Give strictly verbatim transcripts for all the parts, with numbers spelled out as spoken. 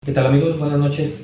¿Qué tal amigos? Buenas noches.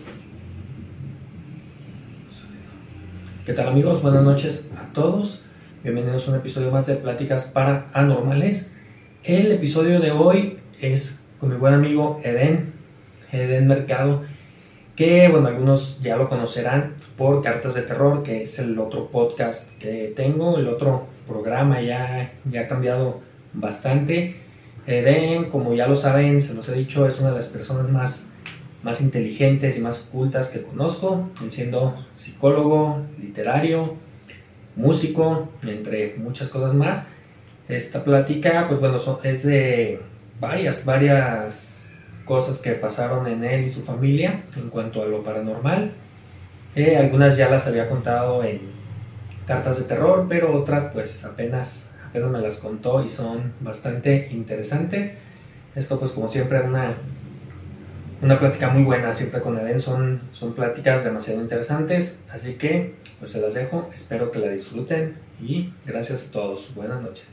¿Qué tal amigos? Buenas noches a todos. Bienvenidos a un episodio más de Pláticas Paranormales. El episodio de hoy es con mi buen amigo Eden, Eden Mercado, que bueno, algunos ya lo conocerán por Cartas de Terror, que es el otro podcast que tengo, el otro programa ya, ya ha cambiado bastante. Eden, como ya lo saben, se los he dicho, es una de las personas más más inteligentes y más cultas que conozco, siendo psicólogo, literario, músico, entre muchas cosas más. Esta plática, pues bueno, son, es de varias, varias cosas que pasaron en él y su familia en cuanto a lo paranormal. Eh, algunas ya las había contado en Cartas de Terror, pero otras pues apenas, apenas me las contó y son bastante interesantes. Esto pues como siempre una... Una plática muy buena siempre con Eden, son, son pláticas demasiado interesantes, así que pues se las dejo, espero que la disfruten y gracias a todos, buenas noches.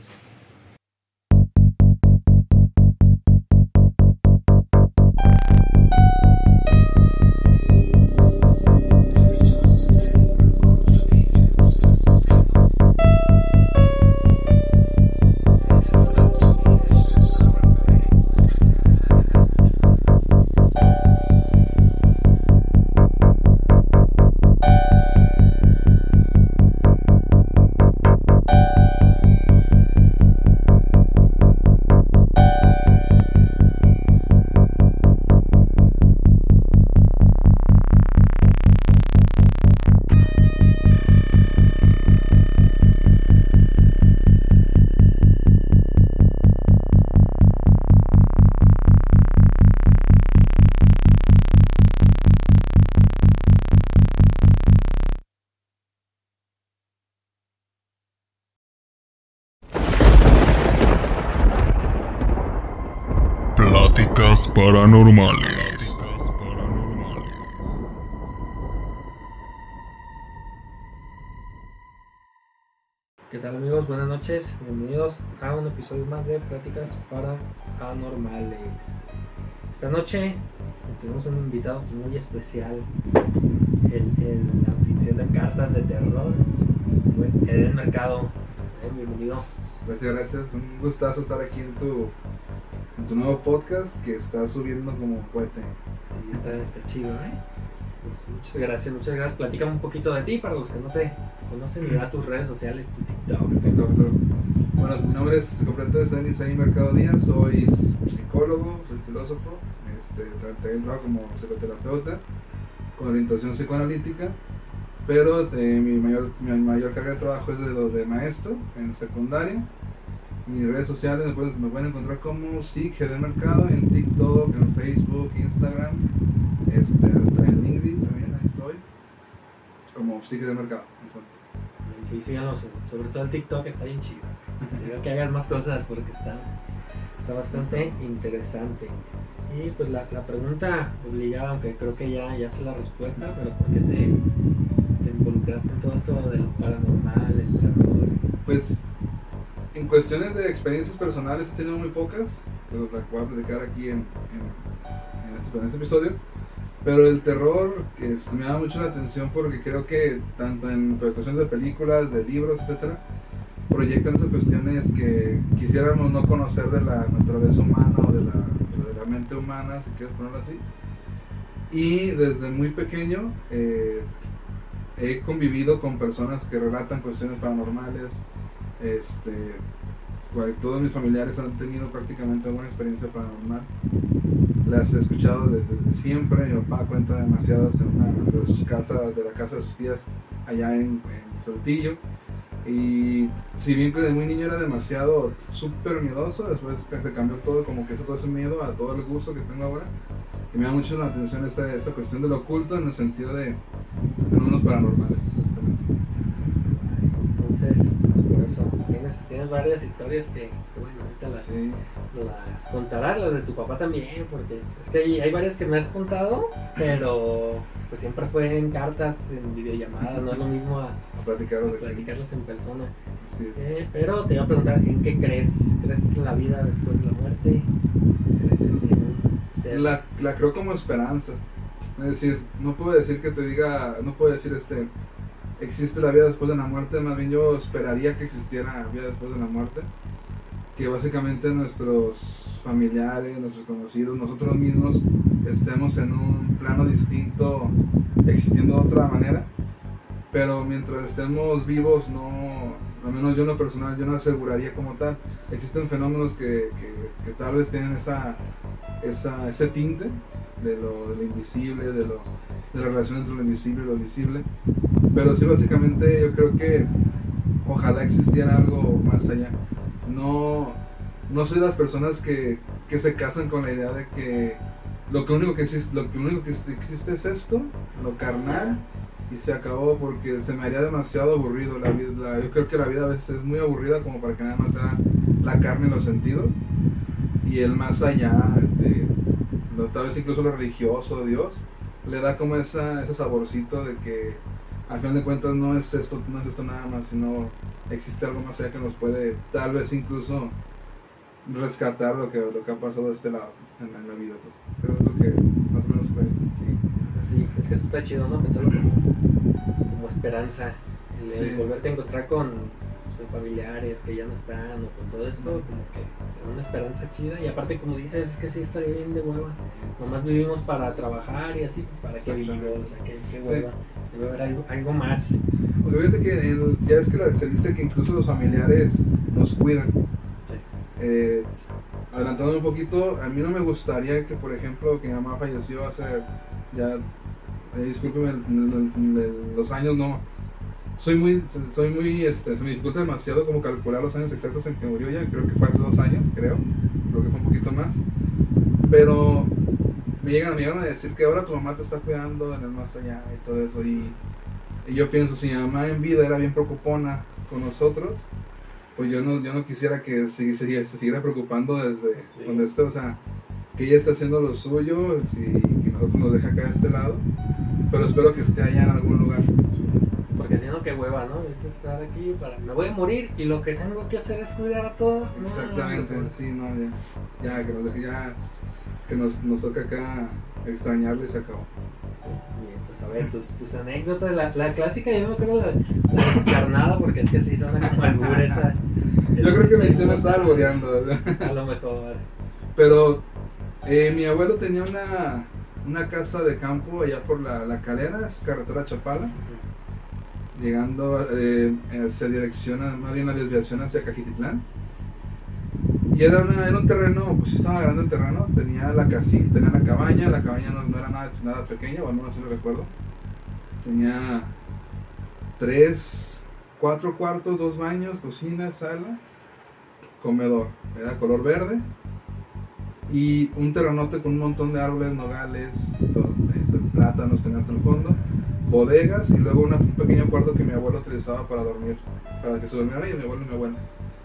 Pláticas paranormales. ¿Qué tal amigos? Buenas noches, bienvenidos a un episodio más de Pláticas Paranormales. Esta noche tenemos un invitado muy especial, el, el anfitrión de Cartas de Terror, Eden Mercado. Bienvenido. Gracias, gracias, un gustazo estar aquí en tu, en tu nuevo podcast que estás subiendo como cohete. Sí, está, está chido, ¿eh? Pues muchas gracias, muchas gracias. Platícame un poquito de ti para los que no te, te conocen y da tus redes sociales, tu TikTok. TikTok, TikTok. Bueno, mi nombre es completamente Eden Isaí Mercado Díaz, soy psicólogo, soy filósofo, este, también trabajo como psicoterapeuta con orientación psicoanalítica, pero eh, mi, mayor, mi mayor carga de trabajo es de lo de maestro en secundaria. Mis redes sociales después me pueden encontrar como Sic Eden Mercado en TikTok, en Facebook, Instagram, este, hasta en LinkedIn también, ahí estoy, como Sic Eden Mercado. Sí, síganos, sobre todo el TikTok está bien chido. Digo que hagan más cosas porque está, está bastante interesante. Y pues la, la pregunta obligada, aunque creo que ya, ya sé la respuesta, pero ¿por qué te, te involucraste en todo esto del paranormal, del terror? Pues en cuestiones de experiencias personales he tenido muy pocas, pero las voy a platicar aquí en, en, en, este, en este episodio. Pero el terror que es, me llama mucho la atención porque creo que tanto en cuestiones de películas, de libros, etcétera, proyectan esas cuestiones que quisiéramos no conocer de la naturaleza humana o de la, de la mente humana, si quieres ponerlo así. Y desde muy pequeño eh, he convivido con personas que relatan cuestiones paranormales. Este, todos mis familiares han tenido prácticamente alguna experiencia paranormal. Las he escuchado desde, desde siempre. Mi papá cuenta demasiadas en una de sus casas, de la casa de sus tías allá en, en Saltillo. Y si bien que de muy niño era demasiado súper miedoso, después se cambió todo, como que eso, todo ese miedo a todo el gusto que tengo ahora. Y me da mucho la atención esta, esta cuestión de lo oculto en el sentido de fenómenos paranormales. Entonces, pues por eso tienes, tienes varias historias que, que bueno, ahorita las, Sí. las contarás, las de tu papá también, porque es que hay, hay varias que me has contado, pero pues siempre fue en cartas, en videollamadas, no es lo mismo a, A platicar a de platicarlas en persona. Así es. Eh, pero te iba a preguntar, ¿en qué crees? ¿Crees en la vida después de la muerte? ¿Crees en un ser. La, la creo como esperanza. Es decir, no puedo decir que te diga, no puedo decir este, existe la vida después de la muerte, más bien yo esperaría que existiera vida después de la muerte. Que básicamente nuestros familiares, nuestros conocidos, nosotros mismos estemos en un plano distinto, existiendo de otra manera. Pero mientras estemos vivos, no, al menos yo en lo personal, yo no aseguraría como tal. Existen fenómenos que, que, que tal vez tienen esa, esa, ese tinte de lo, de lo invisible, de, lo, de la relación entre lo invisible y lo visible. Pero sí, básicamente yo creo que ojalá existiera algo más allá. No, no soy de las personas que, que se casan con la idea de que lo que único que existe, lo que único que existe es esto, lo carnal, y se acabó, porque se me haría demasiado aburrido la vida. La, yo creo que la vida a veces es muy aburrida como para que nada más sea la carne y los sentidos, y el más allá, de, lo, tal vez incluso lo religioso, Dios, le da como esa, ese saborcito de que al final de cuentas no es esto, no es esto nada más, sino existe algo más allá que nos puede tal vez incluso rescatar lo que, lo que ha pasado de este lado en la, en la vida, pues. Creo que es lo que más o menos fue. Sí, sí, es que está chido, ¿no? Pensarlo como, como esperanza, el, Sí. el volverte a encontrar con, con familiares que ya no están o con todo esto, como que una esperanza chida. Y aparte, como dices, es que sí estaría bien de hueva. Nomás vivimos para trabajar y así, pues, para qué vivo, o sea, qué, qué Sí. hueva. Debe haber algo, algo más. Porque fíjate que el- ya es que la- se dice que incluso los familiares nos cuidan. Sí. Eh, adelantándome un poquito, a mí no me gustaría que, por ejemplo, que mi mamá falleció hace ya, eh, discúlpeme el- el- el- los años, no, soy muy, soy muy, este, se me dificulta demasiado como calcular los años exactos en que murió ella, creo que fue hace dos años, creo, creo que fue un poquito más, pero me llegan, me llegan a decir que ahora tu mamá te está cuidando en el más allá y todo eso, y, y yo pienso, si mi mamá en vida era bien preocupona con nosotros, pues yo no, yo no quisiera que se, se, se siguiera preocupando desde Sí. donde esté, o sea, que ella esté haciendo lo suyo y que nosotros nos deje acá de este lado, pero espero que esté allá en algún lugar. Porque si no, qué hueva, ¿no? Ahorita estar aquí para... Me voy a morir y lo que tengo que hacer es cuidar a todos. No, Exactamente, no, no. sí, no, ya, ya, que nos deje, ya, que nos, nos toca acá extrañarle y se acabó. Bien, pues a ver, tus, tus anécdotas, la, la clásica, yo me acuerdo la, la descarnada, porque es que sí suena como albur esa. Yo creo que mi tema estaba alboreando, ¿verdad? A lo mejor. Pero eh, mi abuelo tenía una, una casa de campo allá por la, la Calera, es carretera Chapala, llegando eh, hacia dirección, más bien la desviación hacia Cajititlán. Y era, una, era un terreno, pues estaba grande el terreno, tenía la casita, tenía la cabaña, la cabaña no, no era nada, nada pequeña, o al menos así lo recuerdo. Tenía tres, cuatro cuartos, dos baños, cocina, sala, comedor, era color verde. Y un terrenote con un montón de árboles, nogales, todo, este, plátanos tenía hasta el fondo, bodegas y luego una, un pequeño cuarto que mi abuelo utilizaba para dormir, para que se durmiera ahí, mi abuelo y mi abuela.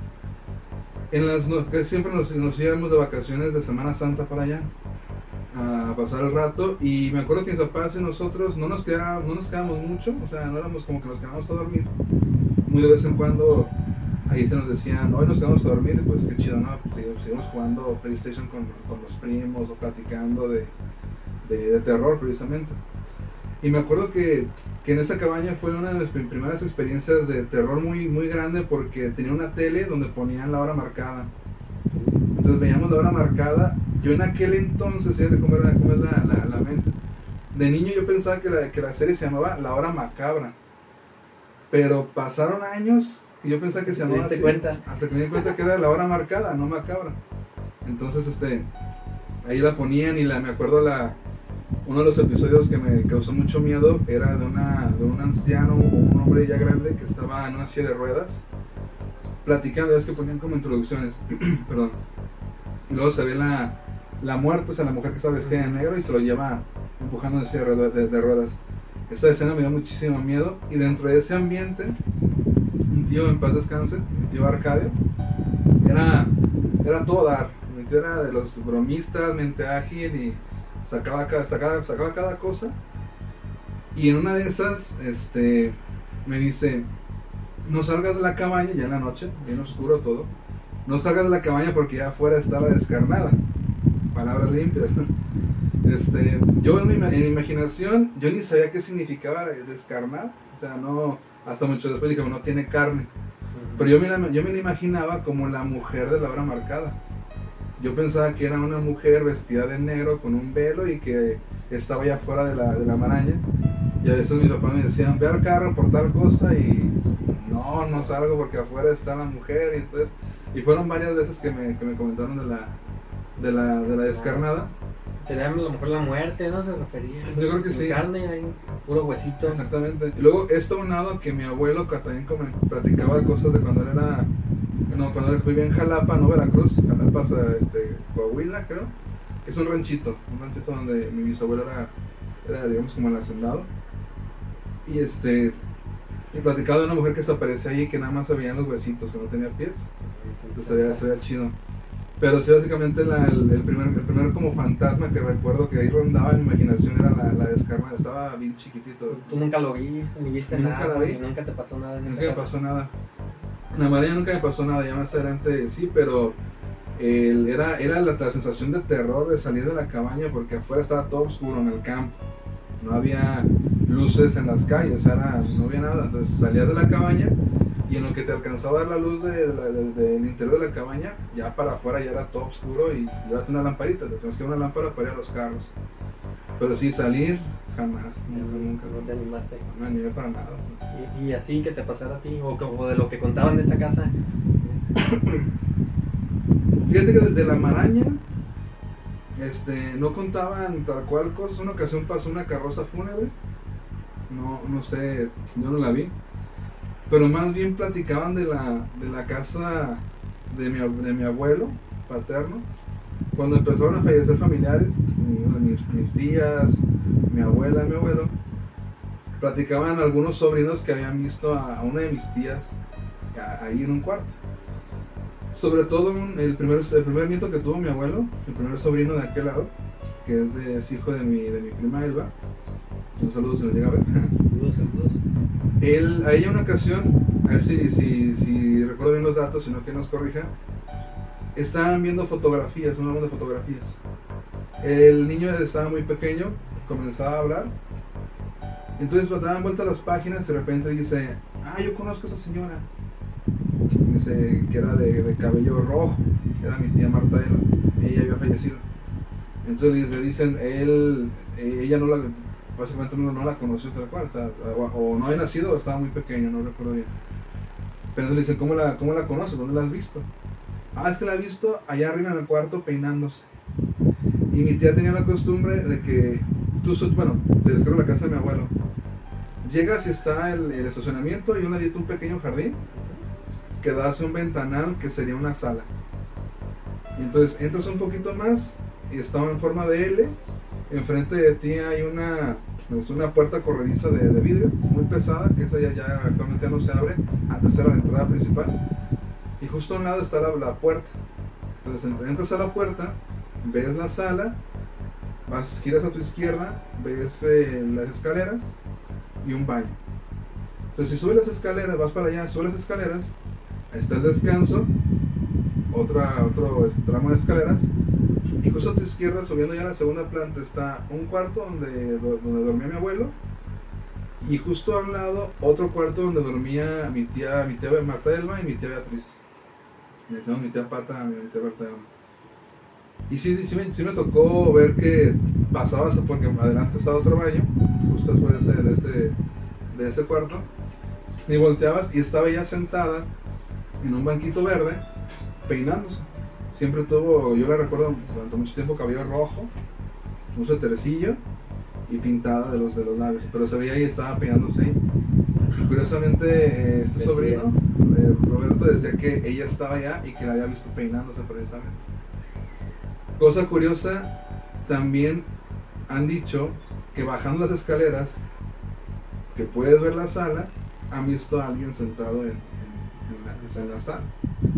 En las no, que siempre nos, nos íbamos de vacaciones de Semana Santa para allá a pasar el rato, y me acuerdo que mis papás y nosotros no nos quedábamos, no nos quedábamos mucho, o sea, no éramos como que nos quedábamos a dormir. Muy de vez en cuando ahí se nos decían, hoy nos quedamos a dormir, y pues qué chido, ¿no? Seguimos, seguimos jugando PlayStation con, con los primos o platicando de, de, de terror precisamente. Y me acuerdo que, que en esa cabaña fue una de mis primeras experiencias de terror muy, muy grande, porque tenía una tele donde ponían la hora marcada. Entonces veíamos la hora marcada. Yo en aquel entonces, fíjate cómo, era, cómo es la, la, la mente. De niño yo pensaba que la, que la serie se llamaba La Hora Macabra. Pero pasaron años y yo pensaba que se ¿Te llamaba diste así. cuenta? Hasta que me di cuenta que era La Hora Marcada, no Macabra. Entonces, este, ahí la ponían y la, me acuerdo la... Uno de los episodios que me causó mucho miedo era de, una, de un anciano o un hombre ya grande que estaba en una silla de ruedas platicando, es que ponían como introducciones, perdón, y luego se ve la, la muerte, o sea, la mujer que está vestida de negro y se lo lleva empujando en silla de, de, de ruedas. Esta escena me dio muchísimo miedo, y dentro de ese ambiente, un tío, en paz descanse, mi tío Arcadio, era, era todo dar. Mi tío era de los bromistas, mente ágil, y Sacaba, sacaba, sacaba cada cosa. Y en una de esas este, me dice, no salgas de la cabaña, ya en la noche, bien oscuro todo, no salgas de la cabaña porque ya afuera está la descarnada. Palabras limpias. Este, yo en mi, en mi imaginación, yo ni sabía qué significaba descarnar. O sea, no, hasta mucho después dije, bueno, no tiene carne. Pero yo me, la, yo me la imaginaba como la mujer de la hora marcada. Yo pensaba que era una mujer vestida de negro con un velo y que estaba allá afuera de la, de la maraña. Y a veces mis papás me decían, ve al carro por tal cosa, y no, no salgo porque afuera está la mujer. Y, entonces, y fueron varias veces que me, que me comentaron de la, de la, de la descarnada. Sería a lo mejor la muerte, ¿no? Se refería. Yo creo que sin sí. Carne, hay puro huesito. Exactamente. Y luego esto unado a que mi abuelo que también como platicaba cosas de cuando él era, no, cuando él vivía en Jalapa, no Veracruz, Jalapa, este, Coahuila, creo, que es un ranchito, un ranchito donde mi bisabuelo era, era digamos como el hacendado. Y este, y platicaba de una mujer que se aparecía ahí que nada más se veían los huesitos, que no tenía pies. Entonces se veía, se veía chido. Pero sí, básicamente la, el, el, primer, el primer como fantasma que recuerdo que ahí rondaba en mi imaginación era la, la descarnada. Estaba bien chiquitito. Tú nunca lo viste, ni viste Nunca nada, la vi. y nunca te pasó nada en esa Nunca me casa. pasó nada. En la maraña nunca me pasó nada, ya más adelante sí, pero el, era, era la, la sensación de terror de salir de la cabaña porque afuera estaba todo oscuro en el campo. No había luces en las calles, era, no había nada. Entonces salías de la cabaña y en lo que te alcanzaba a ver la luz de, de, de, de, del interior de la cabaña, ya para afuera ya era todo oscuro y llévate una lamparita, te tenías que una lámpara para ir a los carros. Pero sí, salir, jamás, nunca, nunca. No te animaste. No me animé para nada. Y, y así que te pasara a ti, o, o de lo que contaban de esa casa. Es... Fíjate que de, de la maraña, este, no contaban tal cual cosas. Una ocasión pasó una carroza fúnebre, no, no sé, yo no la vi. Pero más bien platicaban de la, de la casa de mi, de mi abuelo paterno. Cuando empezaron a fallecer familiares, mi, mis, mis tías, mi abuela, mi abuelo, platicaban algunos sobrinos que habían visto a, a una de mis tías a, ahí en un cuarto. Sobre todo un, el, primer, el primer nieto que tuvo mi abuelo, el primer sobrino de aquel lado, que es, de, es hijo de mi, de mi prima Elba. Un saludo si me llega a ver. Saludos, saludos. Él, a ella una ocasión, a ver si, si, si recuerdo bien los datos, si no que nos corrija, estaban viendo fotografías, un álbum de fotografías. El niño estaba muy pequeño, comenzaba a hablar, entonces daban vuelta a las páginas y de repente dice, ah, yo conozco a esa señora. Dice que era de, de cabello rojo, era mi tía Marta Elba, ella había fallecido. Entonces le dicen, él, ella no la... básicamente no, no la conoció tal cual, o, sea, o, o no había nacido o estaba muy pequeño, no recuerdo bien. Pero entonces le dicen, ¿cómo la, cómo la conoces? ¿Dónde la has visto? Ah, es que la he visto allá arriba en el cuarto peinándose. Y mi tía tenía la costumbre de que tú, bueno, te descargo la casa de mi abuelo. Llegas y está el, el estacionamiento y un ladito un pequeño jardín que da hacia un ventanal que sería una sala. Y entonces entras un poquito más y está en forma de L. Enfrente de ti hay una, es una puerta corrediza de, de vidrio muy pesada, que esa ya, ya actualmente ya no se abre. Antes era la entrada principal. Y justo a un lado está la, la puerta. Entonces entras a la puerta, ves la sala, vas, giras a tu izquierda, ves eh, las escaleras y un baño. Entonces si subes las escaleras, vas para allá, subes las escaleras, ahí está el descanso, otra, otro este, tramo de escaleras. Y justo a tu izquierda, subiendo ya a la segunda planta, está un cuarto donde, donde dormía mi abuelo. Y justo a un lado, otro cuarto donde dormía mi tía, mi tía Marta Elba y mi tía Beatriz. Me decíamos mi tía Pata, mi tía Marta Elba. Y sí, sí, me, sí me tocó ver que pasabas, porque adelante estaba otro baño, justo después de ese, de ese, de ese cuarto. Y volteabas y estaba ella sentada en un banquito verde, peinándose. Siempre tuvo, yo la recuerdo durante mucho tiempo, cabello rojo, un suétercillo y pintada de los, de los labios, pero se veía y estaba peinándose ahí. Y curiosamente eh, este decía. sobrino, eh, Roberto, decía que ella estaba allá y que la había visto peinándose precisamente. Cosa curiosa, también han dicho que bajando las escaleras, que puedes ver la sala, han visto a alguien sentado en, en, en, la, en la sala.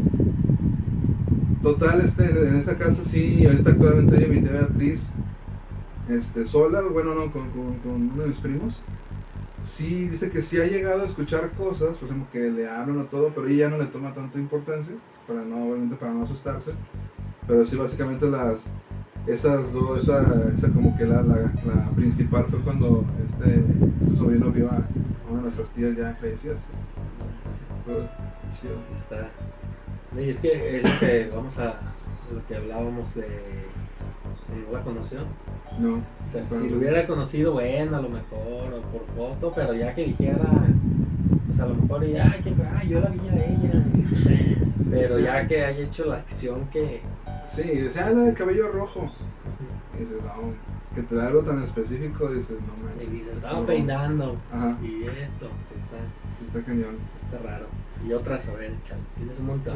Total, este, en esa casa sí, ahorita actualmente yo y mi tía Beatriz, este, sola, bueno, no, con, con, con uno de mis primos, sí, dice que sí ha llegado a escuchar cosas, por ejemplo, que le hablan o todo, pero ella no le toma tanta importancia, para no, obviamente para no asustarse, pero sí básicamente las, esas dos, esa, esa como que la, la, la principal fue cuando este, este sobrino vio a una de nuestras tías ya fallecidas. Fue chido. Sí, está. Y es que es lo que vamos a, lo que hablábamos de no la conoció. No. O sea, Pero- si lo hubiera conocido, bueno, a lo mejor, o por foto, pero ya que dijera, pues a lo mejor, y, ay, ¿quién fue? Ay, yo la vi a ella. Y dices, "Eh". Pero Sí. ya que haya hecho la acción que. Sí, decía, ah, la de cabello rojo. Y dices, no, que te da algo tan específico, dices, no manches. Y se estaba peinando. Ajá, Y esto, sí está, sí está cañón. está raro. Y otras, a ver, chale, tienes un montón.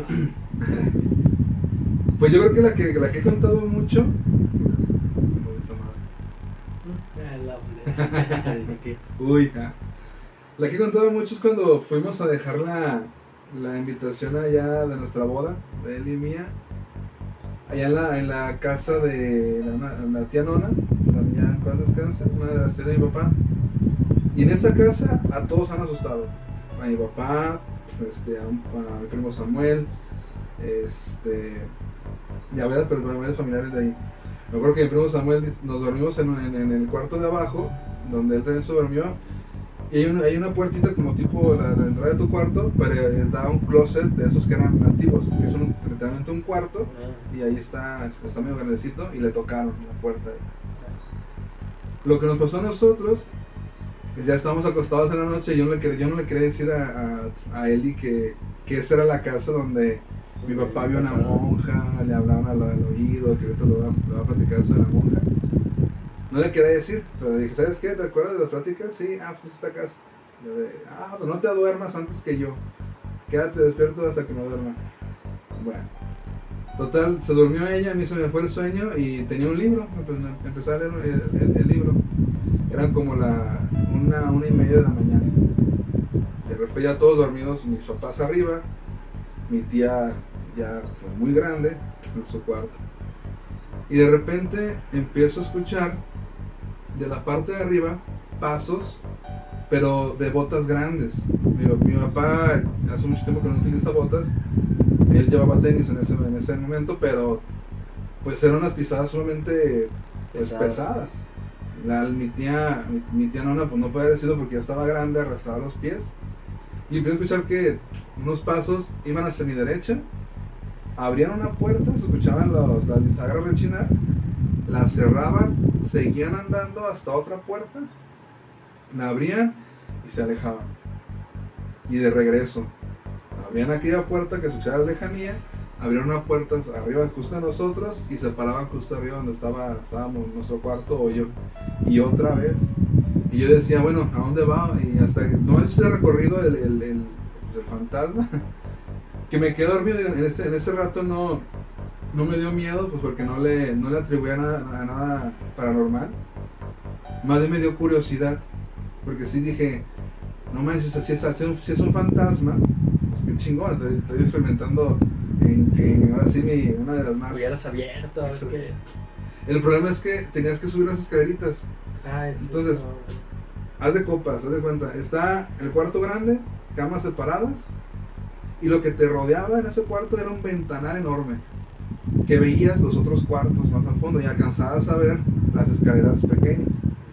Pues yo creo que la que, la que he contado mucho. ¿Cómo esa madre? Ah, la- ¿Qué? Uy, ah. La que he contado mucho es cuando fuimos a dejar la, la invitación allá de nuestra boda, de él y mía, allá en la, en la casa de la, la tía Nona, también en paz descanse, una de las tías de mi papá. Y en esa casa a todos han asustado. A mi papá, este, a, un- a mi primo Samuel, este, y a varias, pero a varios familiares de ahí. Me acuerdo que mi primo Samuel nos dormimos en, en, en el cuarto de abajo, donde él también se durmió. Y hay una, hay una puertita como tipo la, la entrada de tu cuarto, pero estaba un closet de esos que eran antiguos, que son un- literalmente un cuarto, Ah, y ahí está, está medio grandecito, y le tocaron la puerta ahí. Lo que nos pasó a nosotros, pues ya estábamos acostados en la noche, y yo no le, quería- yo no le quería decir a, a, a Eli que, que esa era la casa donde mi papá vio a una monja, le hablaban al, al oído, que ahorita lo va, lo va a platicar eso de la monja. No le quería decir, pero dije, ¿sabes qué? ¿Te acuerdas de las pláticas? Sí, ah, pues esta casa. Yo de, ah, pues no te duermas antes que yo. Quédate despierto hasta que me duerma. Bueno. Total, se durmió ella, a mí se me fue el sueño y tenía un libro. Pues me empecé a leer el, el, el libro. Eran como la una, una y media de la mañana. De repente ya todos dormidos, mis papás arriba, mi tía ya pues, muy grande en su cuarto. Y de repente empiezo a escuchar de la parte de arriba pasos, pero de botas grandes. Mi, mi papá hace mucho tiempo que no utiliza botas. Él llevaba tenis en ese, en ese momento, pero pues eran unas pisadas sumamente pues, Pesadas. pesadas. La, mi tía mi, mi tía Nona pues no puede haber sido porque ya estaba grande, arrastraba los pies. Y empecé a escuchar que unos pasos iban hacia mi derecha, abrían una puerta, se escuchaban los, las bisagras rechinar, la cerraban, seguían andando hasta otra puerta, la abrían y se alejaban. Y de regreso, abrían aquella puerta que se escuchaba la lejanía, abrieron una puerta arriba justo de nosotros y se paraban justo arriba donde estaba, estábamos nuestro cuarto o yo. Y otra vez. Y yo decía, bueno, ¿a dónde va? Y hasta que no ese recorrido el, el, el, el fantasma, que me quedé dormido en ese, en ese rato no, no me dio miedo, pues porque no le, no le atribuía nada, a nada paranormal. Más bien me dio curiosidad, porque sí dije, no manches, si es, si es, un, si es un fantasma, pues qué chingón, estoy, estoy experimentando en, en, ahora sí mi, una de las más... Hubieras abierto, es Sí. que. El problema es que tenías que subir las escaleritas. Ah, es Entonces, eso. Haz de copas, haz de cuenta. Está el cuarto grande, camas separadas, y lo que te rodeaba en ese cuarto era un ventanal enorme, que veías los otros cuartos más al fondo y alcanzabas a ver las escaleras pequeñas.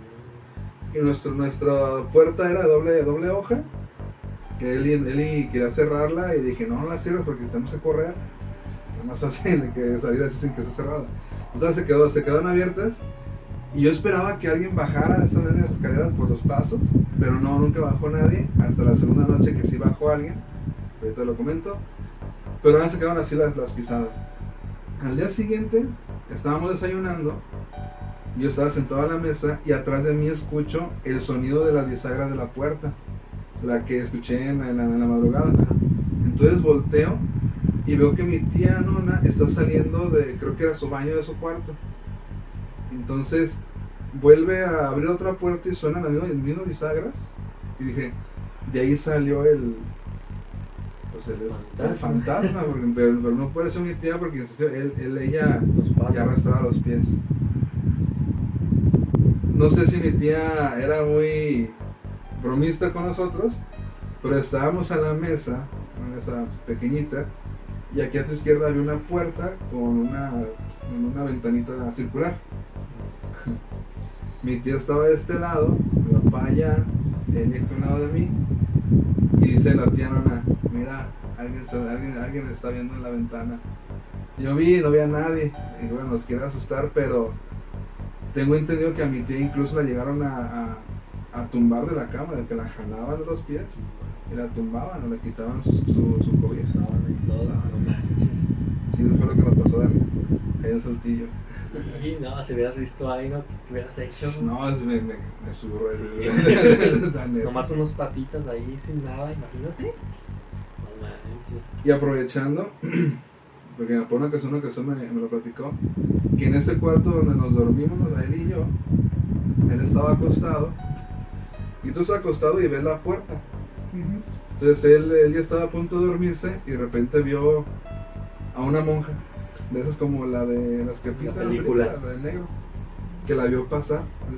Y nuestro, nuestra puerta era de doble, doble hoja, que Eli, Eli quería cerrarla y dije, no, no la cierres porque tenemos que correr. Es más fácil de que salir así sin que esté cerrada. Entonces se, quedó, se quedaron abiertas. Y yo esperaba que alguien bajara esa vez de las escaleras por los pasos, pero no, nunca bajó nadie, hasta la segunda noche que sí bajó alguien, ahorita lo comento, pero ahora se quedaron así las, las pisadas. Al día siguiente, estábamos desayunando, yo estaba sentado a la mesa y atrás de mí escucho el sonido de las bisagras de la puerta, la que escuché en la, en la, en la madrugada. Entonces volteo y veo que mi tía Nona está saliendo de, creo que era su baño de su cuarto. Entonces vuelve a abrir otra puerta y suenan las mismas, mismas bisagras. Y dije, de ahí salió el, pues el, Fantasma. el fantasma, porque, pero, pero no puede ser mi tía porque él, él ella Los pasos. ya arrastraba los pies. No sé si mi tía era muy bromista con nosotros, pero estábamos a la mesa, una mesa pequeñita, Y aquí a tu izquierda había una puerta con una, con una ventanita circular. Mi tía estaba de este lado, mi papá allá, ella aquí a un lado de mí. Y dice la tía Nona, mira, alguien, alguien, alguien está viendo en la ventana. Yo vi, no vi a nadie. Y bueno, nos quiere asustar, pero tengo entendido que a mi tía incluso la llegaron a, a, a tumbar de la cama, de que la jalaban de los pies y la tumbaban o le quitaban su, su, su cobija. Y todo, no manches. Sí, eso fue lo que nos pasó ahí en Saltillo. Y no, si hubieras visto algo que hubieras hecho. No, es, me, me, me surró el... Sí. Nomás unos patitas ahí sin nada, imagínate. No manches. Y aprovechando, porque por una ocasión, una ocasión me, me lo platicó, que en ese cuarto donde nos dormimos, él y yo, él estaba acostado, y tú estás acostado y ves la puerta. Entonces él, él ya estaba a punto de dormirse y de repente vio a una monja, de esas como la de las que pintan las películas, la de negro, que la vio pasar,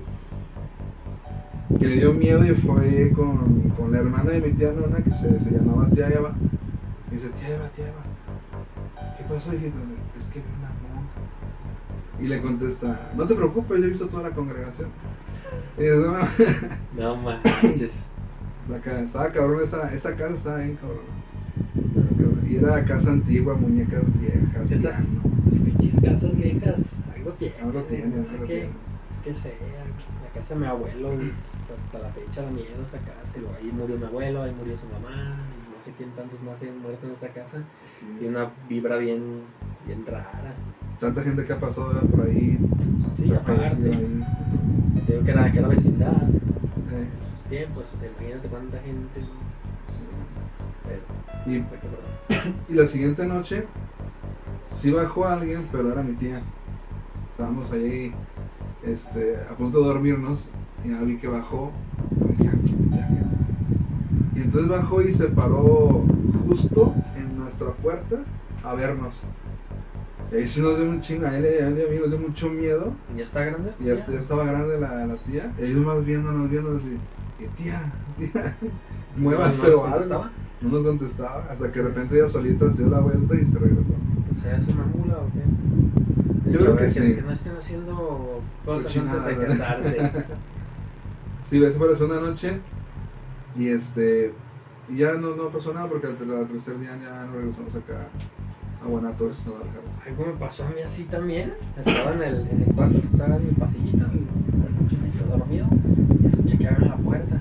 que le dio miedo y fue con, con la hermana de mi tía Nona, que se, se llamaba tía Eva, y dice, tía Eva, tía Eva, ¿qué pasó, hijito? Es que vi una monja. Y le contesta, no te preocupes, yo he visto toda la congregación. Y dice, no, no manches. Estaba, estaba cabrón, esa, esa casa estaba bien cabrón. Y era casa antigua, muñecas viejas. Esas pinches casas viejas, algo tiene. Algo tiene, no sé algo qué, tiene. qué sea. La casa de mi abuelo, hasta la fecha da miedo esa casa. Y luego ahí murió mi abuelo, ahí murió su mamá. Y no sé quién tantos más han muerto en esa casa. Sí. Y una vibra bien, bien rara. Tanta gente que ha pasado ya por ahí. Sí, aparte. Ahí. Te digo que era, que era vecindad. Eh. Tiempos, o sea, imagínate cuánta gente. Sí. Pero, y, está cabrón. Y la siguiente noche sí bajó alguien, pero era mi tía. Estábamos ahí este, a punto de dormirnos y ya vi que bajó. Y dije, aquí mi tía queda. Y entonces bajó y se paró justo en nuestra puerta a vernos. Y ahí sí nos dio un chingo, a él y a mí nos dio mucho miedo. ¿Y ya está grande? Y ya, ya estaba grande la, la tía. Y ellos más viéndonos, viéndonos y, y tía, tía, muévase no, o algo. Contestaba? No nos contestaba, hasta que de repente ella solita se dio la vuelta y se regresó. O sea, ¿es una mula o qué? Yo creo que sí. Que no estén haciendo cosas Cochinada, antes de casarse. Sí, eso fue la segunda noche. Y este. Y ya no, no pasó nada porque al, al tercer día ya nos regresamos acá a Guanatos, a Guadalajara. Algo me pasó a mí así también. Estaba en el, en el cuarto que estaba en mi pasillito, en el cuarto chiquito dormido, y escuché que abren la puerta.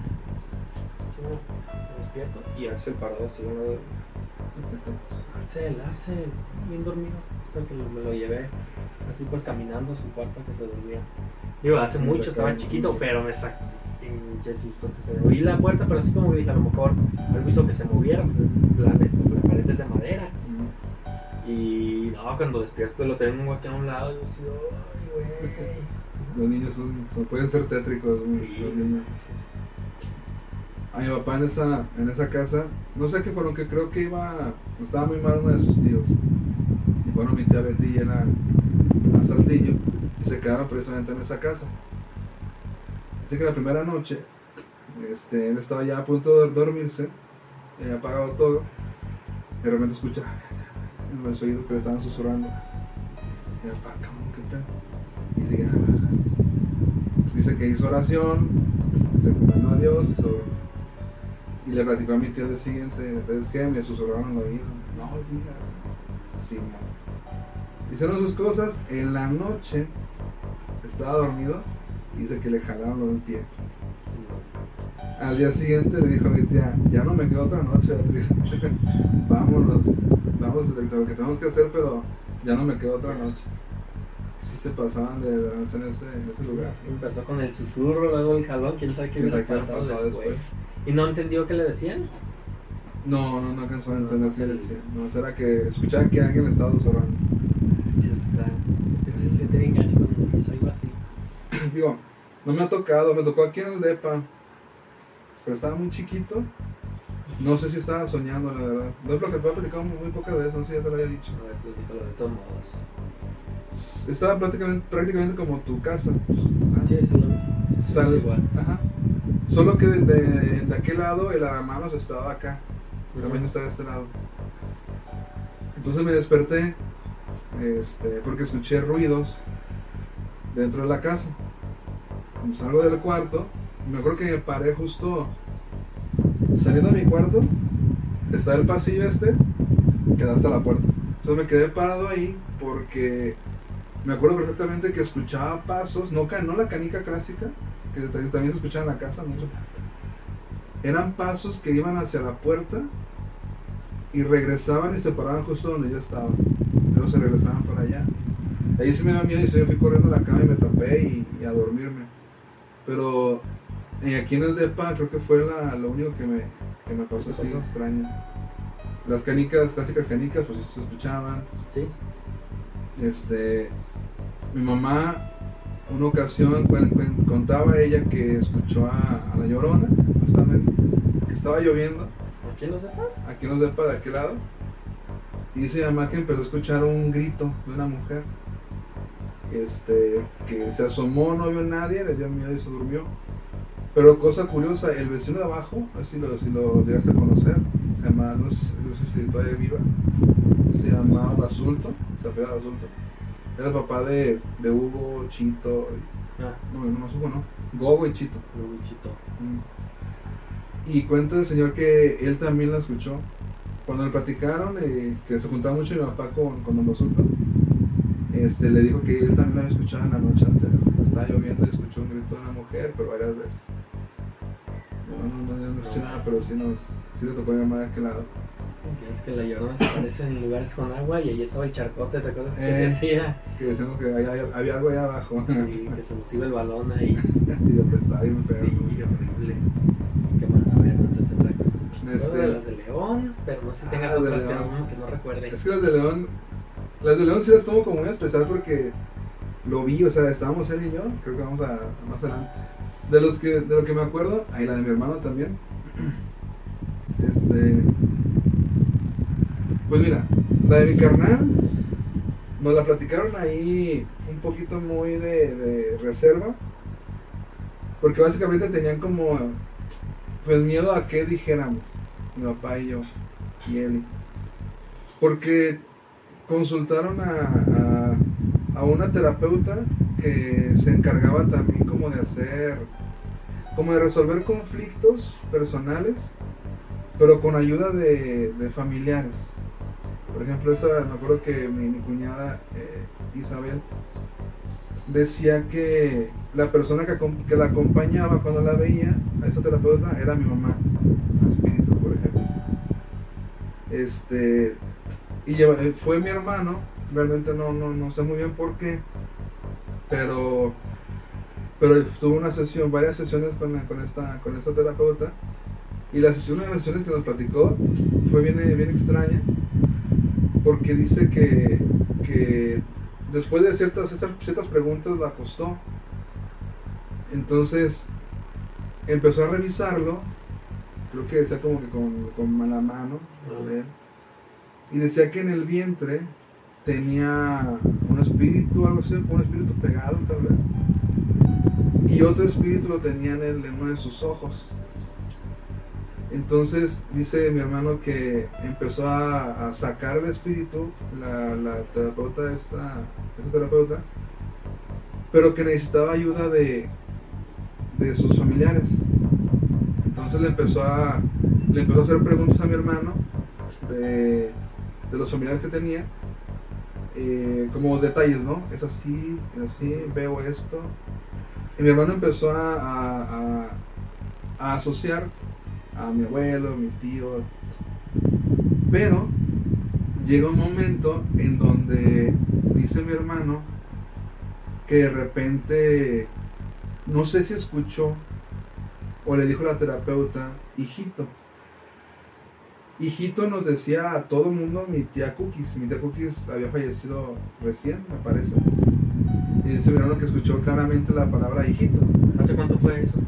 Me despierto y Axel parado así, uno de... Axel, Axel, bien dormido. Hasta que me lo llevé así pues caminando a su cuarto que se dormía. Digo, hace Me mucho, estaba sacaron. chiquito, pero me sacó pinche susto. Se oí la puerta, pero así como que dije, a lo mejor haber visto que se moviera, pues es, la, la pared es de madera. Y no, cuando despierto lo tengo aquí a un lado y yo así, ay, güey. Los niños son, son- pueden ser tétricos. Sí, los niños. A mi papá en esa, en esa casa, no sé qué fueron, que creo que iba, estaba muy mal uno de sus tíos. Y bueno, mi tía Betty y él a, a Saltillo y se quedaron precisamente en esa casa. Así que la primera noche, este, él estaba ya a punto de dormirse, ya había apagado todo, y de repente escucha en el oído que le estaban susurrando. Y el papá, ¿cómo qué pedo? Y sigue. Dice que hizo oración, se encomendó a Dios, hizo, y le platicó a mi tía al día siguiente, ¿sabes qué? Me susurraron al oído. No, diga, sí, no. Hicieron sus cosas, en la noche estaba dormido, y dice que le jalaron lo del pie. Al día siguiente le dijo a mi tía, ya no me quedo otra noche, Beatriz. Vámonos, vamos a lo que tenemos que hacer, pero ya no me quedo otra noche. Sí se pasaban de danza en ese, en ese lugar. Sí, empezó con el susurro, luego el jalón, quién sabe qué ¿Quién hubiera sabe qué pasado, hubiera pasado después. después? ¿Y no entendió qué le decían? No, no, no alcanzó a entender No, qué sí. decía. No, era que escuchaba que alguien estaba susurrando. Sí, está. Es que se siente bien gacho cuando es algo así. Digo, no me ha tocado, me tocó aquí en el depa, pero estaba muy chiquito. No sé si estaba soñando, la verdad. No es lo que te he platicado muy pocas veces, no sé si ya te lo había dicho. A ver, platícalo de todos modos. Estaba prácticamente, prácticamente como tu casa. ¿Ah? Sí, sí, lo sí, sí, Sal- igual. Ajá. Solo que de, de, de aquel lado el lavamanos estaba acá. También estaba de este lado. Entonces me desperté, este, porque escuché ruidos dentro de la casa. Cuando salgo del cuarto, me acuerdo que me paré justo saliendo de mi cuarto, está el pasillo este, que da hasta la puerta. Entonces me quedé parado ahí porque me acuerdo perfectamente que escuchaba pasos, no, no la canica clásica, que también se escuchaba en la casa mucho. Eran pasos que iban hacia la puerta y regresaban y se paraban justo donde yo estaba. Luego se regresaban para allá. Ahí sí me dio miedo y sí me fui corriendo a la cama y me tapé y, y a dormirme. Pero eh, aquí en el depa creo que fue la, lo único que me, que me pasó así extraño. Las canicas, clásicas canicas, pues sí se escuchaban. Sí. Este, mi mamá, una ocasión cu- cu- contaba ella que escuchó a, a la Llorona, justamente, que estaba lloviendo. ¿Aquí no sepa? Aquí en los depa de aquel lado. Y dice mi mamá que empezó a escuchar un grito de una mujer. Este, que se asomó, no vio a nadie, le dio miedo y se durmió. Pero cosa curiosa, el vecino de abajo, así lo, si lo llegaste a conocer, se llama, no sé, no sé si todavía viva, se llamaba Basulto, se apellidaba Basulto. Era el papá de, de Hugo, Chito, y, Ah, no, no más Hugo, no, Gogo y Chito. Luchito. Y cuenta el señor que él también la escuchó. Cuando le platicaron, eh, que se juntaba mucho mi papá con, con Don Basulto, este, le dijo que él también la había escuchado en la noche anterior. Estaba lloviendo y escuchó un grito de una mujer, pero varias veces. No, no, no, no escuché nada, pero sí, nos, sí le tocó a mi mamá de aquel lado. Es que la Llorona se aparece en lugares con agua y ahí estaba el charcote, ¿te acuerdas que Eh. se hacía? Que decíamos que había, había algo allá abajo. Sí, que se nos iba el balón ahí. Y yo, pues, estaba bien Sí, feo. horrible. ¿Qué más? A ver, ¿dónde te traigo? Este, de las de León, pero no sé si tengas Ah, de otras que León. no, que no recuerde. Es que las de León, las de León sí las tomo como muy especial porque lo vi, o sea, estábamos él y yo, creo que vamos a, a más adelante. De los que, de lo que me acuerdo, ahí la de mi hermano también. Este, pues mira, la de mi carnal, nos la platicaron ahí un poquito muy de, de reserva, porque básicamente tenían como, pues miedo a que dijéramos, mi papá y yo, y él. Porque consultaron a, a, a una terapeuta que se encargaba también como de hacer, como de resolver conflictos personales, pero con ayuda de, de familiares. Por ejemplo, esa, me acuerdo que mi, mi cuñada eh, Isabel decía que la persona que, que la acompañaba cuando la veía a esa terapeuta era mi mamá, un espíritu, por ejemplo. Este, y lleva, fue mi hermano, realmente no, no, no sé muy bien por qué, pero, pero tuvo una sesión, varias sesiones con, con, esta, con esta terapeuta, y la sesión, una de las sesiones que nos platicó fue bien, bien extraña, porque dice que, que después de ciertas, ciertas, ciertas preguntas la acostó, entonces empezó a revisarlo, creo que decía como que con, con la mano, y decía que en el vientre tenía un espíritu, algo así, un espíritu pegado tal vez, y otro espíritu lo tenía en, el, en uno de sus ojos. Entonces dice mi hermano que empezó a, a sacar el espíritu, la, la terapeuta, esta, esta terapeuta, pero que necesitaba ayuda de, de sus familiares. Entonces le empezó a, le empezó a hacer preguntas a mi hermano de, de los familiares que tenía, eh, como detalles, ¿no? Es así, es así, veo esto. Y mi hermano empezó a, a, a, a asociar a mi abuelo, a mi tío, pero llega un momento en donde dice mi hermano que de repente, no sé si escuchó o le dijo la terapeuta, hijito. Hijito nos decía a todo el mundo mi tía Cookies. Mi tía Cookies había fallecido recién, me parece. Y dice mi hermano que escuchó claramente la palabra hijito. ¿Hace cuánto fue eso?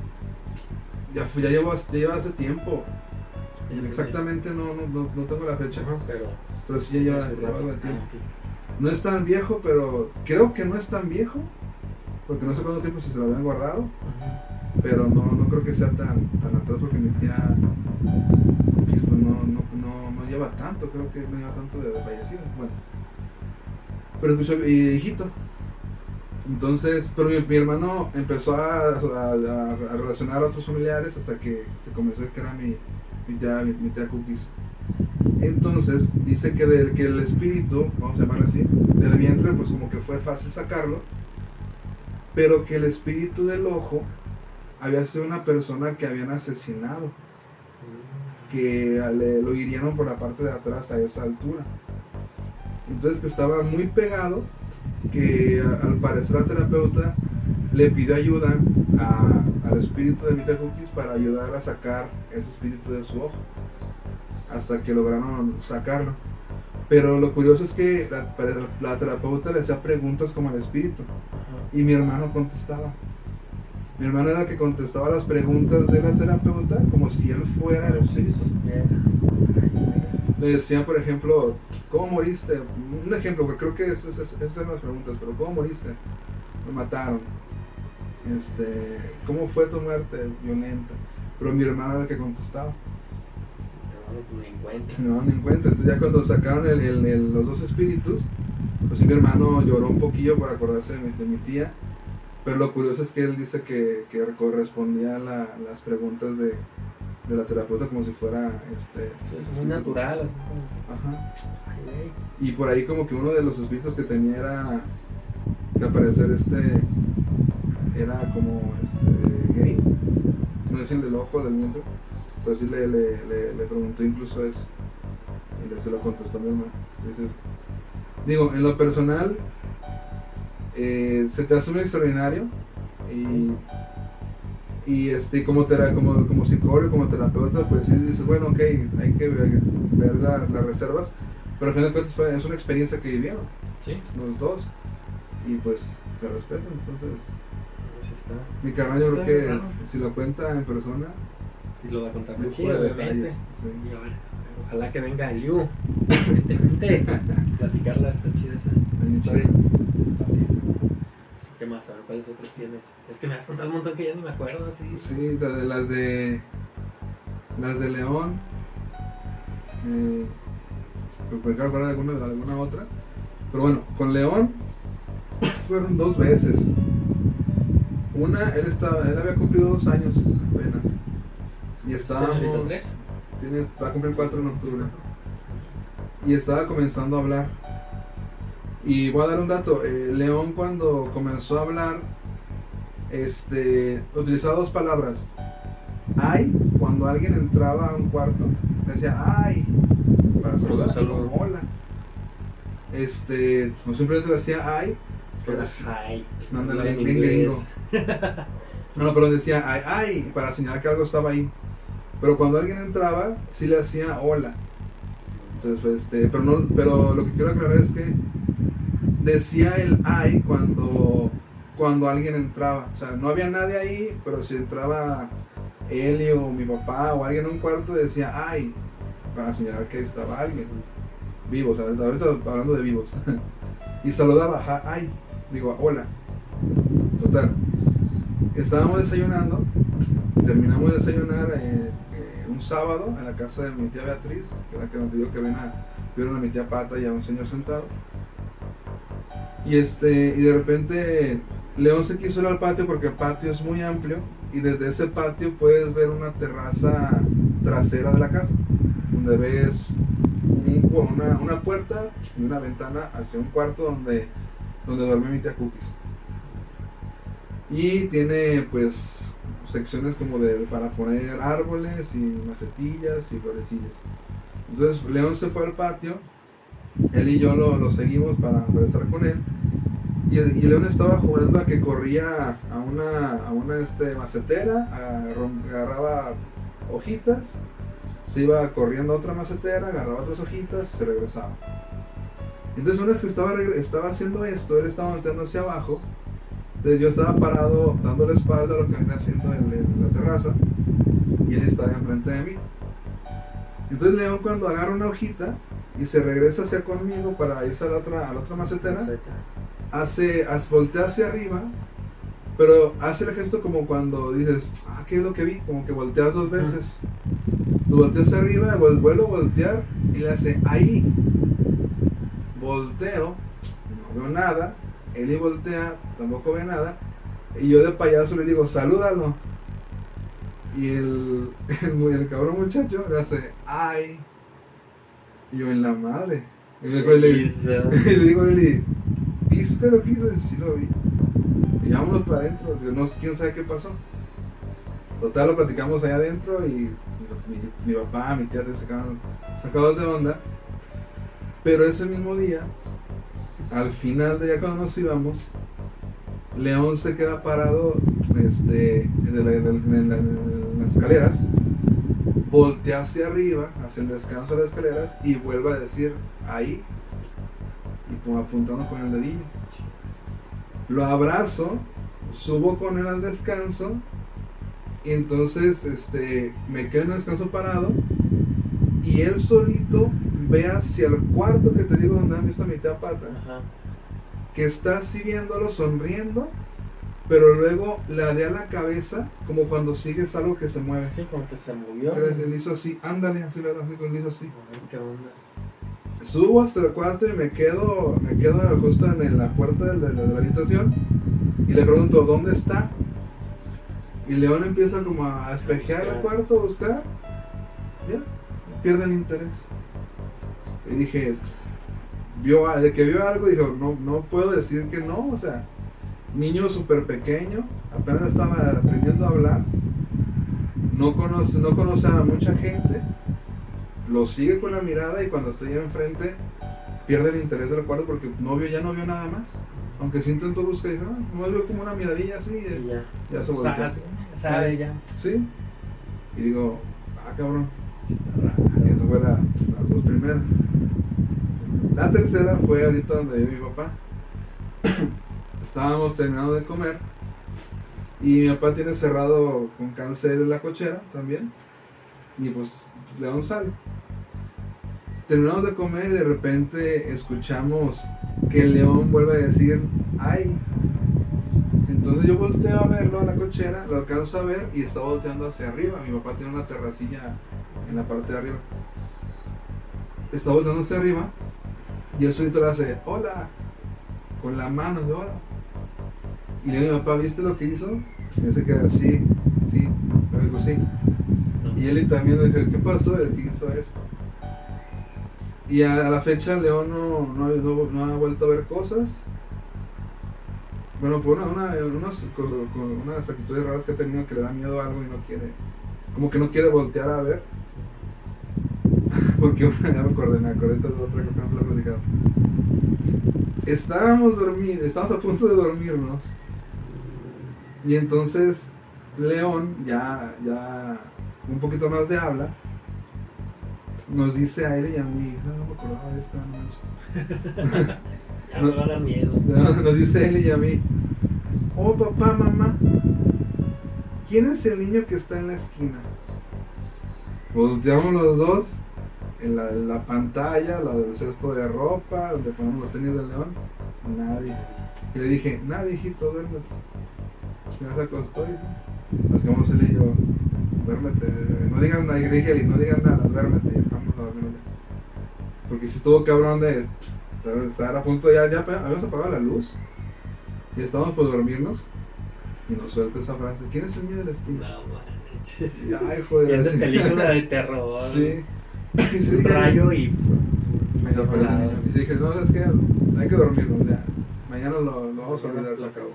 Ya, fue, ya, llevo, ya lleva hace tiempo. Exactamente no, no, no, no tengo la fecha. Ajá, pero, Pero sí ya lleva, hace lleva rato. algo de tiempo. Ah, ok. No es tan viejo, pero creo que no es tan viejo. Porque no sé cuánto tiempo si se lo habían guardado. Ajá. Pero no, no creo que sea tan, tan atrás porque mi tía Cookies pues no, no, no, no, no lleva tanto, creo que no lleva tanto de, de fallecido. Bueno, pero escuchó, y hijito. Entonces, pero mi, mi hermano empezó a, a, a relacionar a otros familiares hasta que se comenzó que era mi, mi, tía, mi, mi tía Cookies. Entonces, dice que, del, que el espíritu, vamos a llamarle así, del vientre, pues como que fue fácil sacarlo, pero que el espíritu del ojo había sido una persona que habían asesinado, que le, lo hirieron por la parte de atrás a esa altura. Entonces que estaba muy pegado, que al parecer la terapeuta le pidió ayuda a, al espíritu de Mita Cookies para ayudar a sacar ese espíritu de su ojo, hasta que lograron sacarlo. Pero lo curioso es que la, la terapeuta le hacía preguntas como al espíritu, y mi hermano contestaba. Mi hermano era el que contestaba las preguntas de la terapeuta como si él fuera el espíritu. Le decían, por ejemplo, ¿cómo moriste? Un ejemplo, porque creo que esas, esas eran las preguntas, pero ¿cómo moriste? Me mataron. Este, ¿cómo fue tu muerte? Violenta. Pero mi hermano era el que contestaba. No me encuentro. No me encuentro. Entonces ya cuando sacaron el, el, el, los dos espíritus, pues mi hermano lloró un poquillo por acordarse de mi, de mi tía. Pero lo curioso es que él dice que, que correspondía a la, las preguntas de, de la terapeuta como si fuera este, sí, es muy natural, así como... Ajá. Ay, Y por ahí como que uno de los espíritus que tenía era que al parecer este era como este, gay, no es el del ojo del vientre, pero sí le, le, le, le preguntó incluso eso y le se lo contestó a mi hermano. Entonces, digo, en lo personal eh, se te hace muy extraordinario y Y este, como, tera, como, como psicólogo, como terapeuta, pues sí dices, bueno, ok, hay que ver, ver la, las reservas, pero al final de cuentas fue, es una experiencia que vivieron, sí, los dos, y pues se respetan. Entonces, pues está. mi carnal yo Está creo que claro. si lo cuenta en persona, Si lo va a contar muy lujo chido, de de repente. detalles, sí. Y a ver, ojalá que venga Liu. Vente, vente. Platicarla, está chida esa, esa Muy historia. chido. ¿Qué más? A ver, ¿cuáles otros tienes? Es que me has contado un montón que ya ni me acuerdo, así. Sí, la de, las de las de León, eh, me acabo de acordar de alguna, de alguna otra, pero bueno, con León fueron dos veces. Una, él estaba, él había cumplido dos años apenas y estábamos, ¿Tiene ahorita tres? tiene, va a cumplir cuatro en octubre y estaba comenzando a hablar. Y voy a dar un dato, eh, León cuando comenzó a hablar, este, utilizaba dos palabras. Ay, cuando alguien entraba a un cuarto, le decía ay, para saludar, como hola. Este, no simplemente le decía ay, pero Ay, no, no, no, bien, en bien inglés. gringo. No, no, pero decía ay, ay, para señalar que algo estaba ahí. Pero cuando alguien entraba, sí le hacía hola. Entonces, pues, este, pero no, pero lo que quiero aclarar es que decía el ay cuando, cuando alguien entraba. O sea, no había nadie ahí, pero si entraba él o mi papá o alguien en un cuarto, decía ay, para señalar que estaba alguien vivo. O sea, ahorita hablando de vivos. Y saludaba, ja, ay, digo, hola. Total, estábamos desayunando, terminamos de desayunar eh, eh, un sábado en la casa de mi tía Beatriz, que es la que nos dijo que ven a, vieron a mi tía Pata y a un señor sentado. Y este, y de repente León se quiso ir al patio porque el patio es muy amplio y desde ese patio puedes ver una terraza trasera de la casa, donde ves un, una, una puerta y una ventana hacia un cuarto donde, donde duerme mi tía Cookies. Y tiene pues secciones como de para poner árboles y macetillas y florecillas. Entonces León se fue al patio, él y yo lo, lo seguimos para, para estar con él. Y, y León estaba jugando a que corría a una, a una este, macetera, a, agarraba hojitas, se iba corriendo a otra macetera, agarraba otras hojitas y se regresaba. Entonces una vez que estaba, estaba haciendo esto, él estaba volteando hacia abajo, yo estaba parado dando la espalda a lo que venía haciendo en, en la terraza y él estaba enfrente de mí. Entonces León cuando agarra una hojita y se regresa hacia conmigo para irse a la otra, a la otra macetera, hace, hace, voltea hacia arriba, pero hace el gesto como cuando dices, ah, ¿qué es lo que vi? Como que volteas dos veces. Tú volteas arriba, vuel- vuelvo a voltear y le hace ahí. Volteo, no veo nada. Eli voltea, tampoco ve nada. Y yo de payaso le digo, salúdalo. Y el, el, el cabrón muchacho le hace, ay. Y yo en la madre. Y le, le, y le digo a Eli, ¿viste lo que hizo? Y sí lo vi. Y vámonos para adentro. Digo, no sé quién sabe qué pasó. Total, lo platicamos allá adentro y mi, mi papá, mi tía se sacaron sacados de onda. Pero ese mismo día, al final de ya cuando nos íbamos, León se queda parado este, en, la, en, la, en las escaleras, voltea hacia arriba, hacia el descanso de las escaleras y vuelve a decir ahí, y como apuntando con el dedillo. Lo abrazo, subo con él al descanso y entonces este, me quedo en el descanso parado y él solito ve hacia el cuarto que te digo donde han visto a mi tía Pata. Ajá. Que está así viéndolo, sonriendo, pero luego ladea la cabeza como cuando sigues algo que se mueve. Sí, como que se movió. Le hizo así, ándale, así le hizo así. Ay, qué onda. Subo hasta el cuarto y me quedo, me quedo justo en la puerta de la, de la habitación y le pregunto, ¿dónde está? Y León empieza como a espejear el cuarto, a buscar. Ya, pierde el interés. Y dije, vio, de que vio algo, dijo, no, no puedo decir que no, o sea, niño súper pequeño, apenas estaba aprendiendo a hablar, no conoce, no conoce a mucha gente, lo sigue con la mirada y cuando estoy enfrente pierde el interés del cuarto porque no vio, ya no vio nada más. Aunque sí intentó buscar y dijo, no, no vio como una miradilla así y ya, ya se volvió. Sabe, sabe ya. Sí. Y digo, ah, cabrón. Y esa fue la, las dos primeras. La tercera fue ahorita donde vive mi papá. Estábamos terminando de comer y mi papá tiene cerrado con cancel la cochera también. Y pues León sale. Terminamos de comer y de repente escuchamos que el León vuelve a decir ay. Entonces yo volteo a verlo a la cochera, lo alcanzo a ver y está volteando hacia arriba. Mi papá tiene una terracilla en la parte de arriba. Está volteando hacia arriba y el solito le hace hola con la mano de hola. Y le digo, mi papá, ¿viste lo que hizo? Y se queda así, sí, me dijo sí. Y él también le dijo, ¿qué pasó? El que hizo esto. Y a la fecha León no, no, no, no ha vuelto a ver cosas. Bueno, por una, una, unas, unas actitudes raras que ha tenido que le da miedo a algo y no quiere, como que no quiere voltear a ver. Porque una, ya me acordé, me acordé de otra que no me lo he platicado. Estábamos dormidos, estábamos a punto de dormirnos. Y entonces León, ya, ya un poquito más de habla, nos dice a él y a mí, no, no me acordaba de esta, no. Ya me va a dar miedo. Nos dice él y a mí, oh papá, mamá, ¿quién es el niño que está en la esquina? Volteamos los dos, en la, en la pantalla, la del cesto de ropa, donde ponemos los tenis del León, nadie. Y le dije, nadie, hijito, duérmete. Ya se acostó y nos quedamos él y yo, duérmete, no digas nada, y le dije, no digas nada, duérmete, vamos a dormir ya. Porque si estuvo cabrón de estar a punto de ya, ya habíamos apagado la luz y estábamos por dormirnos y nos suelta esa frase, ¿quién es el niño de la esquina? No manches. Y, ay, joder, es de película de terror. Sí. Y un rayo y me dio pelado. Y se dije, no, es que hay que dormirnos ya. Mañana lo, lo vamos a olvidar, se acabó.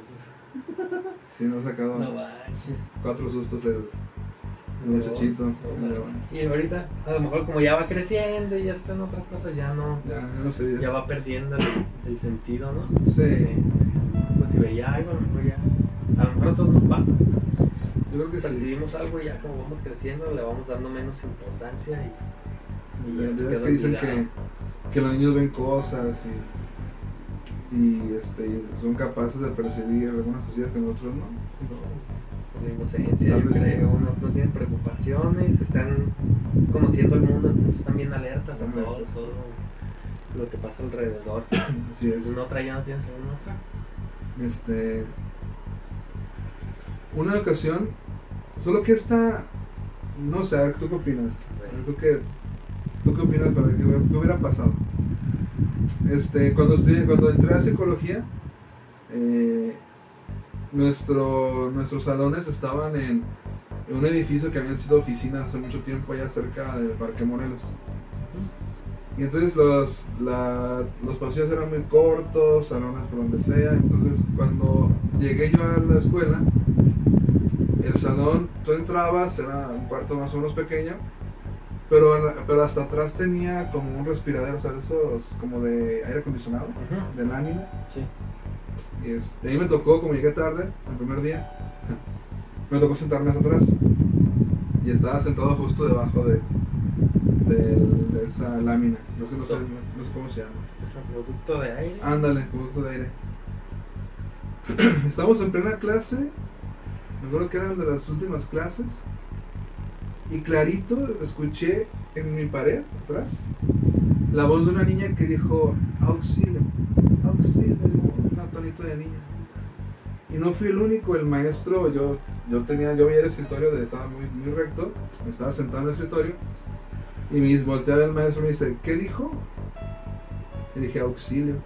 Sí, nos ha sacado no manches. Cuatro sustos el, el muchachito. No, no, y ahorita, a lo mejor como ya va creciendo y ya está en otras cosas, ya no, ya, ya, no sé, ya, ya va perdiendo el, el sentido, ¿no? Sí. Eh, pues si veía algo, a lo mejor ya, a lo mejor a todos nos pasa. Yo creo que percibimos sí. algo y ya como vamos creciendo le vamos dando menos importancia y, y ya ya es que dicen que, que los niños ven cosas y, y este, son capaces de percibir algunas cosillas que nosotros no. Por la inocencia, yo creo, no, no tienen preocupaciones, están conociendo el mundo, entonces están bien alertas a todo, todo lo que pasa alrededor. Así es. ¿En otra ya no tienes alguna otra? Este, una ocasión, solo que esta no sé, a ver, ¿tú qué opinas? ¿Tú qué, tú qué opinas para ver qué, hubiera- qué hubiera pasado? Este, cuando, estudié, cuando entré a psicología, eh, nuestro, nuestros salones estaban en, en un edificio que habían sido oficinas hace mucho tiempo allá cerca del Parque Morelos. Y entonces los, la, los pasillos eran muy cortos, salones por donde sea. Entonces cuando llegué yo a la escuela, el salón, tú entrabas, era un cuarto más o menos pequeño, pero, pero hasta atrás tenía como un respiradero, o sea, de esos como de aire acondicionado, Ujú. de lámina. Sí. Y este, ahí me tocó, como llegué tarde, el primer día, me tocó sentarme hasta atrás. Y estaba sentado justo debajo de, de, de esa lámina. No sé, no, sé, no sé cómo se llama. Es un producto de aire. Ándale, conducto de aire. Estamos en plena clase. Me acuerdo que eran de las últimas clases. Y clarito escuché en mi pared, atrás, la voz de una niña que dijo: auxilio, auxilio, un tonito de niña. Y no fui el único, el maestro, yo, yo tenía, yo veía el escritorio, de, estaba muy, muy recto, estaba sentado en el escritorio, y me voltea a ver el maestro y me dice: ¿qué dijo? Y dije: auxilio.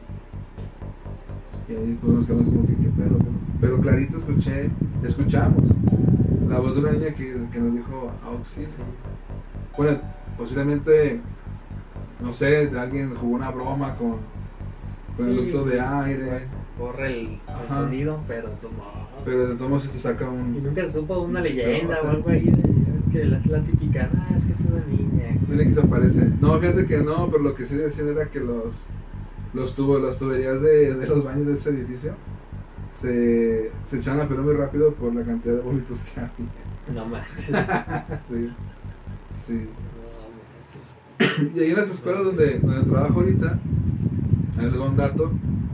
Y ahí pues nos quedamos como que, ¿qué pedo? Pero clarito escuché, escuchamos la voz de una niña que, que nos dijo: auxilio. Bueno, posiblemente, no sé, de alguien jugó una broma con, con el Sí, ducto de aire. Corre el, el Ajá. sonido, pero tomó. Pero de todos modos se saca un... Y nunca se supo una Sí, leyenda pero- o algo ahí. De, es que es la típica, ah, es que es una niña. Sí, que se aparece. No, fíjate que no, pero lo que sí decían era que los, los tubos, las tuberías de, de los baños de ese edificio se, se echaban a perder muy rápido por la cantidad de vómitos que había. No manches. Sí. Sí. No manches. Y ahí en las escuelas donde, donde trabajo ahorita, ahí les doy un dato.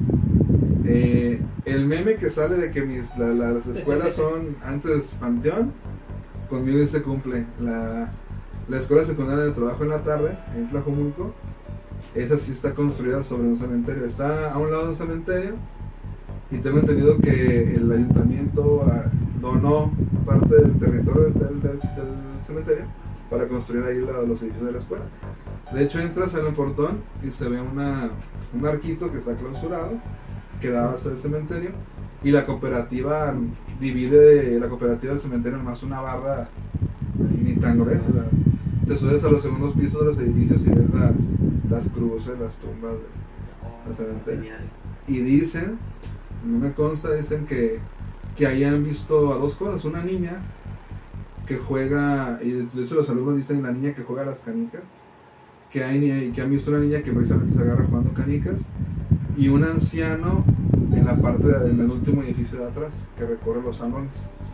Eh, el meme que sale de que mis, la- las escuelas son antes panteón, conmigo sí se cumple. La, la escuela secundaria de trabajo en la tarde, en Tlajomulco, esa sí está construida sobre un cementerio. Está a un lado de un cementerio, y tengo entendido que el ayuntamiento ah, donó parte del territorio del, del, del cementerio para construir ahí la- los edificios de la escuela. De hecho, entras en el portón y se ve una, un arquito que está clausurado, que da hacia el cementerio, y la cooperativa divide la cooperativa del cementerio en más una barra ni tan gruesa. O sea, te subes a los segundos pisos de los edificios y ves las, las cruces, las tumbas de, No, cementerio. genial. y dicen, no me consta, dicen que, que ahí han visto a dos cosas: una niña que juega, y de hecho los alumnos dicen la niña que juega a las canicas, que, hay, que han visto una niña que precisamente se agarra jugando canicas, y un anciano en la parte de, en el último edificio de atrás que recorre los salones.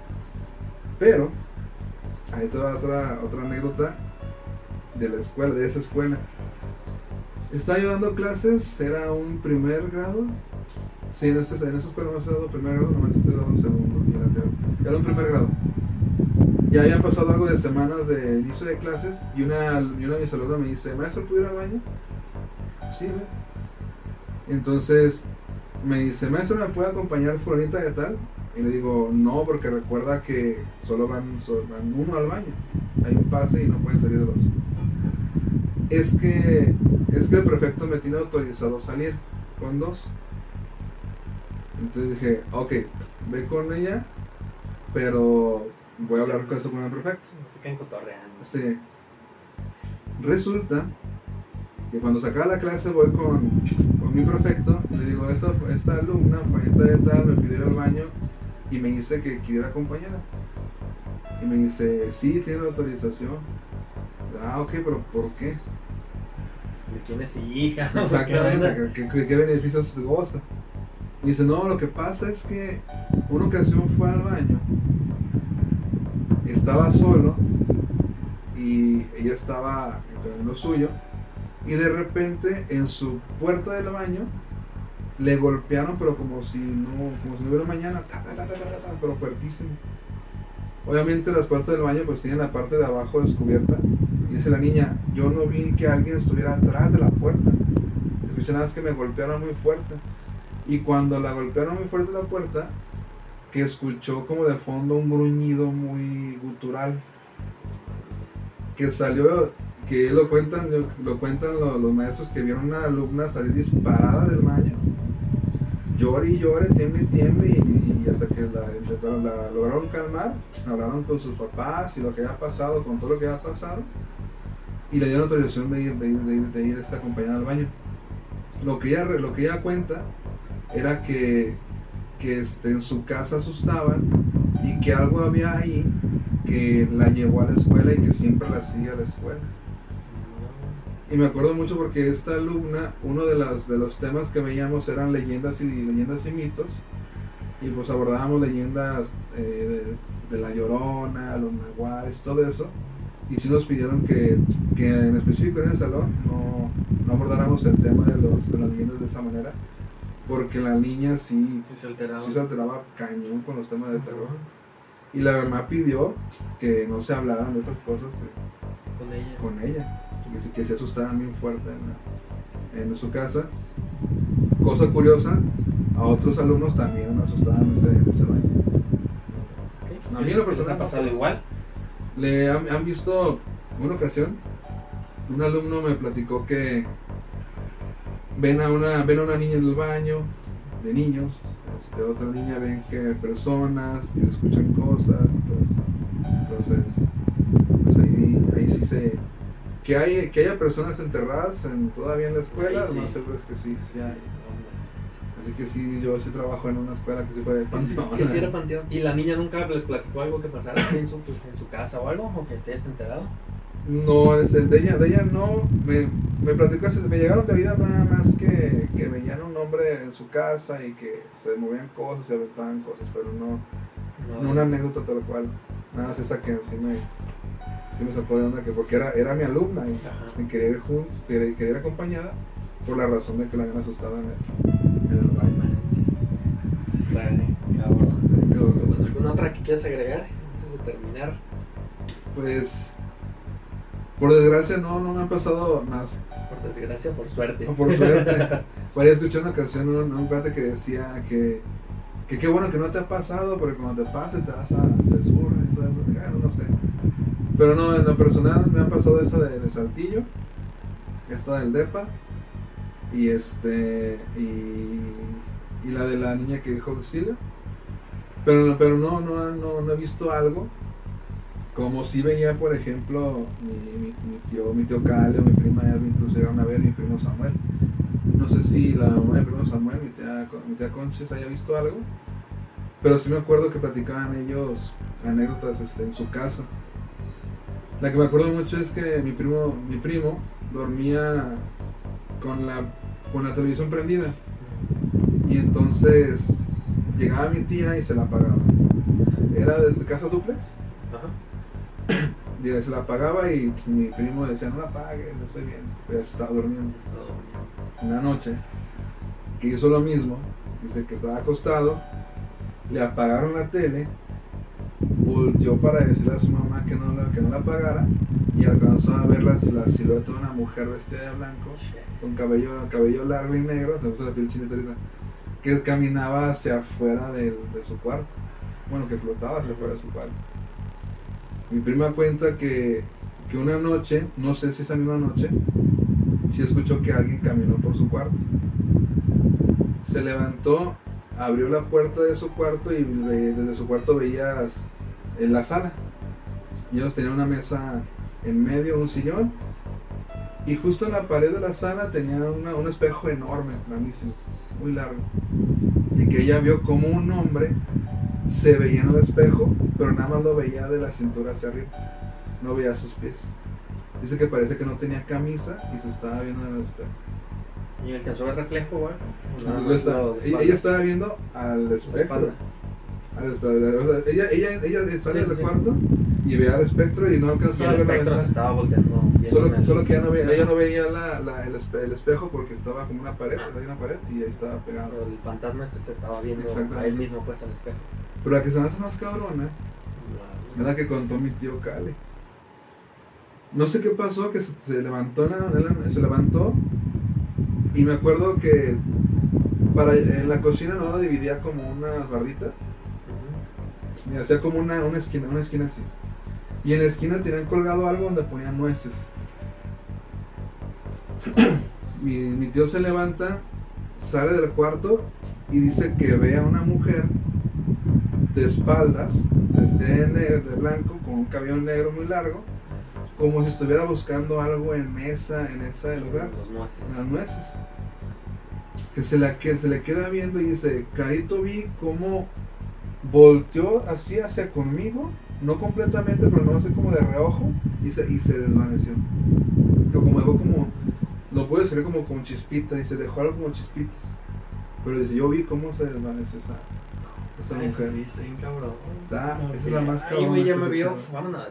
Pero ahí te da otra, otra anécdota de la escuela, de esa escuela. Estaba yo dando clases, era un primer grado. Sí, en, este, en esa escuela no se ha dado primer grado, nomás estoy dando un segundo. Y era, era un primer grado. Y habían pasado algo de semanas de inicio de clases, y una, y una de mis alumnas me dice: maestro, ¿puedo ir al baño? Sí, ve. Entonces me dice: maestro, ¿me puede acompañar fulanita de tal? Y le digo: no, porque recuerda que solo van, solo van uno al baño, hay un pase y no pueden salir dos. Es que, es que el prefecto me tiene autorizado a salir con dos. Entonces dije: ok, ve con ella, pero voy a hablar con esto con el prefecto. Se quedan cotorreando. Sí. Resulta que cuando se acaba la clase voy con, con mi prefecto y le digo: esta, esta alumna, Juanita de tal, me pidió ir al baño y me dice que quiere acompañar. Y me dice: sí, tiene la autorización. Ah, ok, pero ¿por qué? ¿De quién es hija? Exactamente, ¿qué, qué, qué beneficios se goza? Y dice: no, lo que pasa es que una ocasión fue al baño, estaba solo y ella estaba en lo suyo, y de repente en su puerta del baño le golpearon, pero como si no, como si no hubiera mañana, ta, ta, ta, ta, ta, ta, pero fuertísimo. Obviamente las puertas del baño pues tienen la parte de abajo descubierta, y dice la niña: yo no vi que alguien estuviera atrás de la puerta, escuché nada más que me golpearon muy fuerte. Y cuando la golpearon muy fuerte la puerta, que escuchó como de fondo un gruñido muy gutural, que salió, que lo cuentan, lo cuentan los, los maestros que vieron una alumna salir disparada del baño, llore y llore, tiemble y tiemble, y, y hasta que la, la, la lograron calmar, hablaron con sus papás y lo que había pasado, con todo lo que había pasado, y le dieron autorización de ir, de ir, de ir, de ir esta acompañada al baño. Lo que ella, lo que ella cuenta era que, que este, en su casa asustaban y que algo había ahí que la llevó a la escuela y que siempre la sigue a la escuela. Y me acuerdo mucho porque esta alumna, uno de, las, de los temas que veíamos eran leyendas y, leyendas y mitos, y pues abordábamos leyendas eh, de, de La Llorona, los nahuales, todo eso, y sí nos pidieron que, que en específico en el salón no, no abordáramos el tema de, los, de las leyendas de esa manera, porque la niña sí, sí, se, alteraba. sí se alteraba cañón con los temas de terror. Y la mamá pidió que no se hablaran de esas cosas eh, con ella. Con ella. Que, que se asustaban bien fuerte en, la, en su casa. Cosa curiosa, a otros alumnos también nos asustaban en ese, en ese baño. Okay. A mí en lo personal ha pasado igual. Le han, han visto una ocasión, un alumno me platicó que ven a una, ven a una niña en el baño de niños, este, otra niña ven que personas, que se escuchan cosas, todo eso. Entonces, pues ahí, ahí sí se... Que, hay, que haya personas enterradas en, todavía en la escuela, sí, lo más sí. seguro es que sí, sí hay. Sí, Así que sí, yo sí trabajo en una escuela que sí fue de panteón. que sí era panteón. ¿Y la niña nunca les platicó algo que pasara en su, en su casa o algo? ¿O que te hayas enterado? No, de ella, de ella no, me, me platicó, me llegaron de vida nada más que, que veían un hombre en su casa y que se movían cosas, se aventaban cosas, pero no, no, no una anécdota tal cual, nada más esa que sí me, sí me sacó de onda, que porque era, era mi alumna y me quería ir, jun, quería ir acompañada por la razón de que la habían asustado en el, en el baño. Está cabrón. ¿Alguna otra que quieras agregar antes de terminar? Pues... Por desgracia no, no me han pasado más. Por desgracia, por suerte. No, por suerte. Por ahí escuché una ocasión un, un cuate que decía que, que qué bueno que no te ha pasado, porque cuando te pase te vas a censura y todo eso. Bueno, no sé. Pero no, en lo personal me ha pasado esa de, de Saltillo, esta del Depa, y este y, y la de la niña que dijo auxilio. Pero, pero no, no, no, no he visto algo. Como si veía, por ejemplo, mi, mi, mi tío, mi tío Calio, mi prima Elvia, incluso llegaron a ver, mi primo Samuel. No sé si la mamá de mi primo Samuel, mi tía, mi tía Conches, haya visto algo, pero sí me acuerdo que platicaban ellos anécdotas este, en su casa. La que me acuerdo mucho es que mi primo, mi primo dormía con la, con la televisión prendida, y entonces llegaba mi tía y se la apagaba. Era desde casa dúplex. Ajá. Y se la apagaba y mi primo decía, no la apagues, yo estoy bien, pero ya estaba durmiendo. Una noche que hizo lo mismo, dice que estaba acostado, le apagaron la tele, volteó para decirle a su mamá que no la, que no la apagara, y alcanzó a ver la, la silueta de una mujer vestida de blanco, con cabello, cabello largo y negro, se puso la piel chinita ahorita, que caminaba hacia afuera de, de su cuarto, bueno, que flotaba hacia afuera de su cuarto. Mi prima cuenta que, que una noche, no sé si esa misma noche, sí escuchó que alguien caminó por su cuarto. Se levantó, abrió la puerta de su cuarto y desde su cuarto veías en la sala. Y ellos tenían una mesa en medio, un sillón, y justo en la pared de la sala tenían una, un espejo enorme, grandísimo, muy largo. Y que ella vio como un hombre se veía en el espejo, pero nada más lo veía de la cintura hacia arriba, no veía sus pies. Dice que parece que no tenía camisa y se estaba viendo en el espejo. ¿Y alcanzó el reflejo, güey? No, estaba, ella estaba viendo al espectro. Al espectro. O sea, ella, ella, ella sale sí, del sí. cuarto y ve al espectro y no alcanzaba a ver la ventana. Se estaba volteando. Solo, solo que ella no veía, ella no veía la, la, el, espe, el espejo porque estaba como una pared, ah. hay una pared y ahí estaba pegado. Pero el fantasma este se estaba viendo a él mismo pues al espejo. Pero la que se me hace más cabrona es la que contó mi tío Cale. No sé qué pasó, que se, se levantó, en la, se levantó y me acuerdo que para, en la cocina no la dividía como unas barritas, uh-huh. y hacía como una, una esquina, una esquina así. Y en la esquina tenían colgado algo donde ponían nueces. mi, mi tío se levanta, sale del cuarto y dice que ve a una mujer de espaldas, vestida de, negro, de blanco, con un cabello negro muy largo, como si estuviera buscando algo en esa, en ese lugar. Los nueces. Las nueces. Que se, la, que se le queda viendo y dice, clarito vi cómo volteó así hacia conmigo, no completamente, pero no sé, como de reojo, y se, y se desvaneció. Pero como dejó como, lo puedo decir como, como chispitas, y se dejó algo como chispitas. Pero dice, yo vi cómo se desvaneció esa, esa Ay, mujer. eso sí, está bien cabrón. Está, Como esa que, es la más ay, cabrona güey, ya que me he vio, escuchado. vámonos.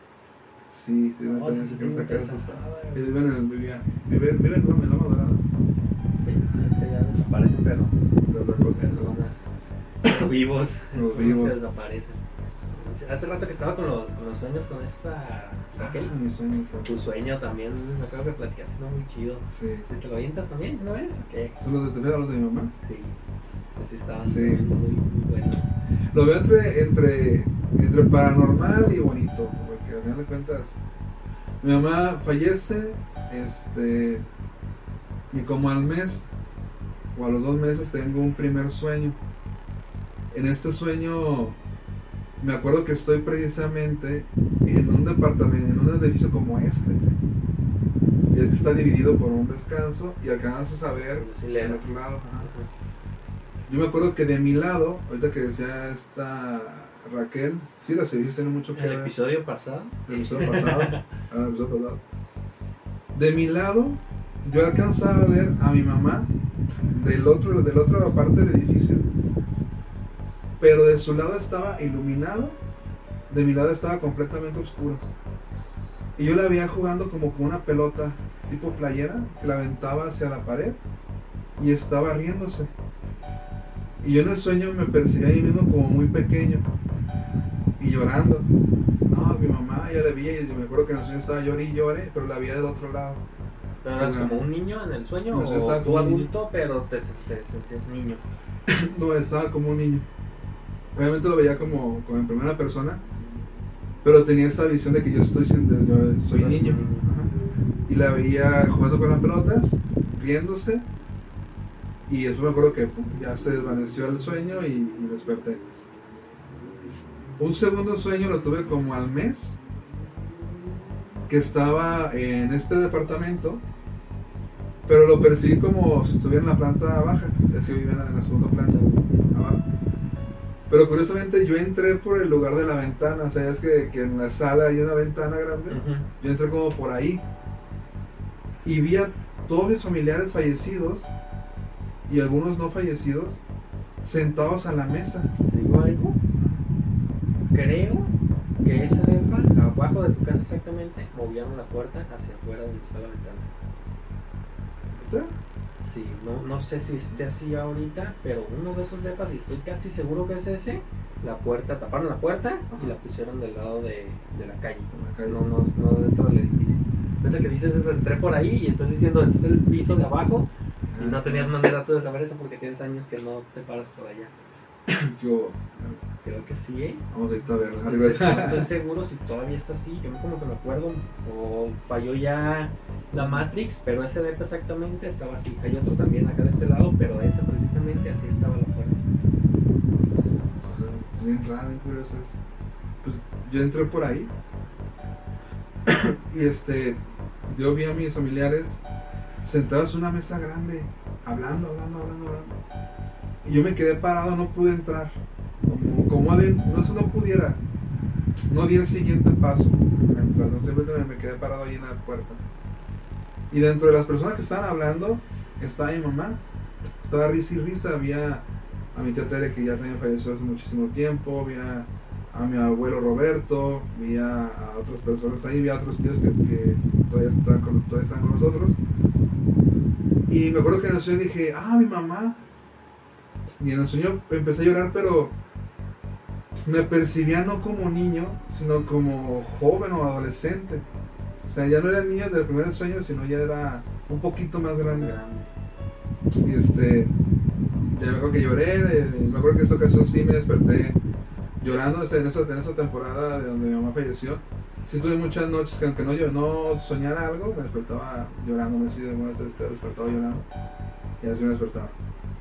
Sí, sí, No, no, sí, sí, tenemos que está muy sacar sus... pesada, Ellos güey. viven en el vivía, viven, viven en Loma Dorada. Sí, ahorita ya desaparecen, pero De otra cosa. personas los vivos, Los son vivos. que desaparecen. Hace rato que estaba con, lo- con los sueños con esta Raquel. Ah, mi sueño está. Tu sueño también, me acuerdo que platicaste, ¿no? Muy chido. Sí. ¿Te lo avientas también una vez? ¿O qué? ¿Son los de Tefera, los de mi mamá? Sí. Sí, sí, estaban Sí. muy, muy buenos. Lo veo entre, entre, entre paranormal y bonito, porque al final de cuentas mi mamá fallece, este, y como al mes o a los dos meses tengo un primer sueño. En este sueño me acuerdo que estoy precisamente en un departamento, en un edificio como este, y es que está dividido por un descanso y alcanzas a ver Los el hileros. otro lado. Ajá. Yo me acuerdo que de mi lado, ahorita que decía esta Raquel, sí, las servicios tienen mucho que El ver. episodio pasado. El episodio pasado. ah, el episodio pasado. De mi lado, yo alcanzaba a ver a mi mamá del otro, del otra parte del edificio. Pero de su lado estaba iluminado, de mi lado estaba completamente oscuro. Y yo la veía jugando como con una pelota tipo playera, que la aventaba hacia la pared y estaba riéndose. Y yo en el sueño me percibí a mí mismo como muy pequeño y llorando. No, mi mamá ya la vi y me acuerdo que en el sueño estaba llorando y lloré, pero la vi del otro lado. ¿Pero eras Ajá. como un niño en el sueño? No, yo estaba ¿O como tú un adulto, pero te, te sentías niño? No, estaba como un niño. Obviamente lo veía como, como en primera persona, pero tenía esa visión de que yo estoy siendo, yo soy Eres niño. un niño. Ajá. Y la veía jugando con la pelota, riéndose. Y después me acuerdo que pum, ya se desvaneció el sueño y, y desperté. Un segundo sueño lo tuve como al mes, que estaba en este departamento, pero lo percibí como si estuviera en la planta baja, es que vivía en la segunda planta abajo. Pero curiosamente yo entré por el lugar de la ventana, o sea, es que, que en la sala hay una ventana grande, Ujú. yo entré como por ahí y vi a todos mis familiares fallecidos y algunos no fallecidos sentados a la mesa. ¿Te digo algo? Creo que esa depa, abajo de tu casa exactamente, movían la puerta hacia afuera donde está la ventana. ¿Está? Sí, no, no sé si esté así ahorita, pero uno de esos depas, y estoy casi seguro que es ese, la puerta, taparon la puerta y la pusieron del lado de, de la calle. En la calle. No, no, no dentro del edificio. Ahorita que dices eso, entré por ahí y estás diciendo, este es el piso de abajo, y no tenías manera tú de saber eso porque tienes años que no te paras por allá. Yo, Creo que sí, ¿eh? vamos ahorita a ver. No estoy, se- no estoy seguro si todavía está así. Yo como que me acuerdo, o falló ya la Matrix, pero ese depa exactamente estaba así. Hay otro también acá de este lado, pero ese precisamente así estaba la puerta. Bien raro, bien curioso es. Pues yo entré por ahí y este, yo vi a mis familiares sentados en una mesa grande, hablando, hablando, hablando, hablando. Y yo me quedé parado, no pude entrar. Como, como había- no sé, no pudiera. No di el siguiente paso. Entrar, no, simplemente me quedé parado ahí en la puerta. Y dentro de las personas que estaban hablando, estaba mi mamá. Estaba risa y risa. Había a mi tía Tere, que ya también falleció hace muchísimo tiempo. Había a mi abuelo Roberto. Había a otras personas ahí. Había otros tíos que, que todavía, están con, todavía están con nosotros. Y me acuerdo que en el sueño dije, ah, mi mamá. Y en el sueño empecé a llorar, pero me percibía no como niño, sino como joven o adolescente. O sea, ya no era el niño del primer sueño, sino ya era un poquito más grande. Y este, ya me acuerdo que lloré, eh, me acuerdo que esta ocasión sí me desperté llorando, o sea, en esa, en esa temporada de donde mi mamá falleció. sí tuve muchas noches que aunque no, yo no soñara algo, me despertaba llorando, me decía, bueno, este despertaba llorando, y así me despertaba.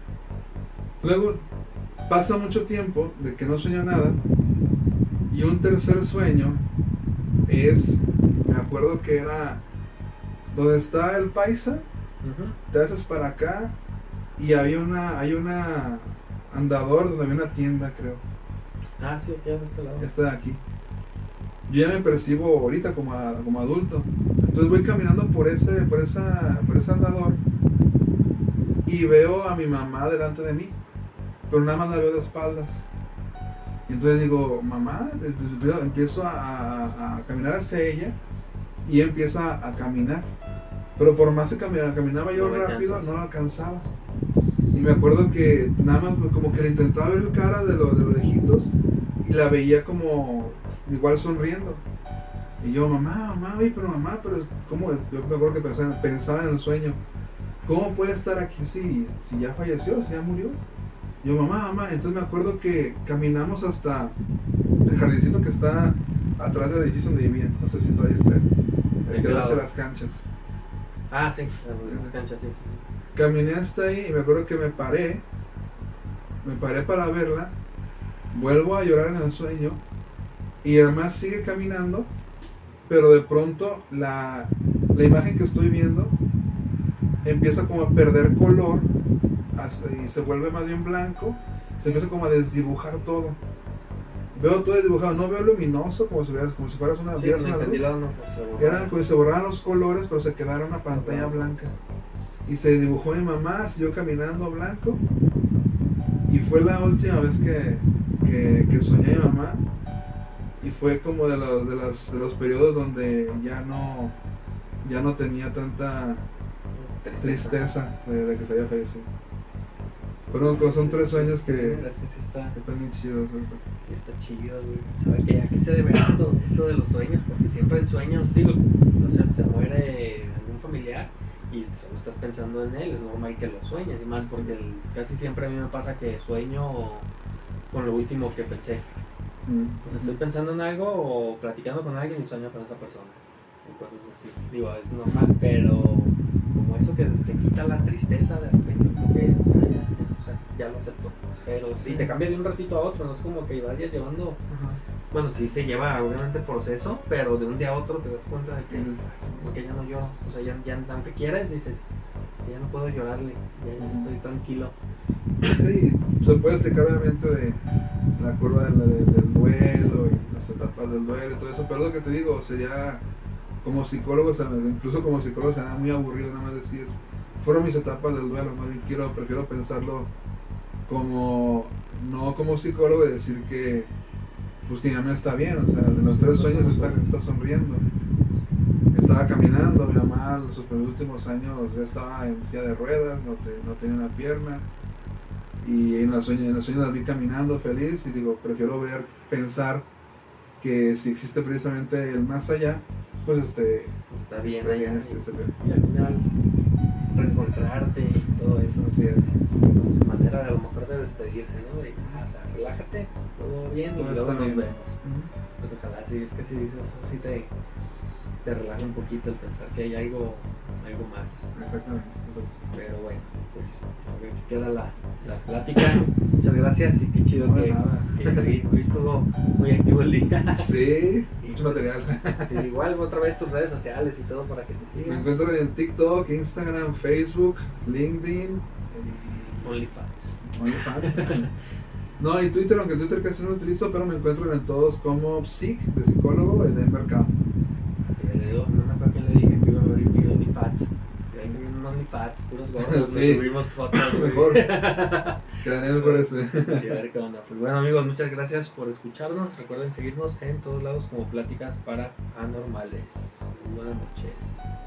Luego pasa mucho tiempo de que no sueño nada, y un tercer sueño es, me acuerdo que era donde está el Paisa, uh-huh. Te haces para acá, y había una, hay una andador donde había una tienda, creo. Ah, sí, aquí a este lado. Esta de aquí. Yo ya me percibo ahorita como, a, como adulto. Entonces voy caminando por ese, por esa, por ese andador y veo a mi mamá delante de mí, pero nada más la veo de espaldas. Y entonces digo, mamá, empiezo a, a, a caminar hacia ella y ella empieza a caminar. Pero por más que caminaba, caminaba yo no rápido, alcanzas. No la alcanzaba. Y me acuerdo que nada más como que le intentaba ver cara de, lo, de los lejitos y la veía como igual sonriendo. Y yo, mamá, mamá, oye, pero mamá, pero ¿cómo? Yo me acuerdo que pensaba, pensaba en el sueño, ¿cómo puede estar aquí si, si ya falleció, si ya murió? Yo, mamá, mamá, entonces me acuerdo que caminamos hasta el jardincito que está atrás del edificio donde vivía, no sé si todavía está, el que hace las canchas. Ah, sí, las canchas, sí, sí. Caminé hasta ahí y me acuerdo que me paré, me paré para verla, vuelvo a llorar en el sueño y además sigue caminando, pero de pronto la, la imagen que estoy viendo empieza como a perder color hasta, y se vuelve más bien blanco, se empieza como a desdibujar todo. Veo todo desdibujado, no veo luminoso como si, vieras, como si fueras una, sí, una luz. No, pues, Era como si se borraran los colores, pero se quedara una pantalla blanca. Y se dibujó mi mamá, siguió caminando blanco. Y fue la última vez que, que, que soñé a mi mamá. Y fue como de los, de, los, de los periodos donde ya no, ya no tenía tanta tristeza, tristeza de, de que se había fallecido. Fueron, son sí, tres sueños sí, que, es que sí está, que están bien chidos. Está chido, güey. Saber que a qué se debe todo eso de los sueños, porque siempre en sueños, digo, o sea, se muere algún familiar y solo estás pensando en él, es normal que lo sueñes, y más porque el, casi siempre a mí me pasa que sueño con lo último que pensé. Mm. Pues estoy pensando en algo o platicando con alguien y sueño con esa persona, y cosas así. Digo, es normal, pero como eso que te quita la tristeza de repente, como que o sea, ya lo acepto, pero sí, te cambia de un ratito a otro, no es como que vayas llevando, ajá. Bueno, sí se lleva obviamente proceso, pero de un día a otro te das cuenta de que, uh-huh. que ya no lloro, o sea, ya, ya aunque quieras dices, ya no puedo llorarle, ya, ya estoy tranquilo. Sí, se puede explicar obviamente de la curva de la, de, del duelo y las etapas del duelo y todo eso, pero lo que te digo, sería, como psicólogo, incluso como psicólogo sería muy aburrido nada más decir, fueron mis etapas del duelo, más bien quiero, prefiero pensarlo como, no como psicólogo y decir que, pues que ya me está bien, o sea, en los tres sueños está, está sonriendo, estaba caminando, mi mamá en sus últimos años ya estaba en silla de ruedas, no, te, no tenía una pierna, y en los sueños, en los sueños la vi caminando feliz, y digo, prefiero ver, pensar que si existe precisamente el más allá, pues este, pues está bien, está allá, bien este, este, y al final reencontrarte y todo eso, ¿sí? Es como su manera de a lo mejor de despedirse, ¿no? De, ah, o sea, relájate, todo bien, todo y luego nos bien. Vemos. Uh-huh. Pues ojalá, sí, es que si dices eso, sí te, te relaja un poquito el pensar que hay algo, algo más. Exactamente. Pero bueno, pues a ver, queda la, la plática. Muchas gracias y qué chido no, que, que hoy, hoy estuvo muy activo el día. Sí, y mucho pues, material. Sí, igual otra vez tus redes sociales y todo para que te sigan. Me encuentro en TikTok, Instagram, Facebook, LinkedIn, y... OnlyFans. OnlyFans. No, y Twitter, aunque Twitter casi no lo utilizo, pero me encuentro en todos como Psic, de psicólogo, en el mercado. Sí, le digo, no me acuerdo quién le dije que iba a abrir mi OnlyFans. Y ahí que vienen OnlyFans, puros gordos, sí. Nos subimos fotos. Mejor. Quedaré mejor ese. Y a ver qué onda. Pues bueno, amigos, muchas gracias por escucharnos. Recuerden seguirnos en todos lados como Pláticas para Anormales. Muy buenas noches.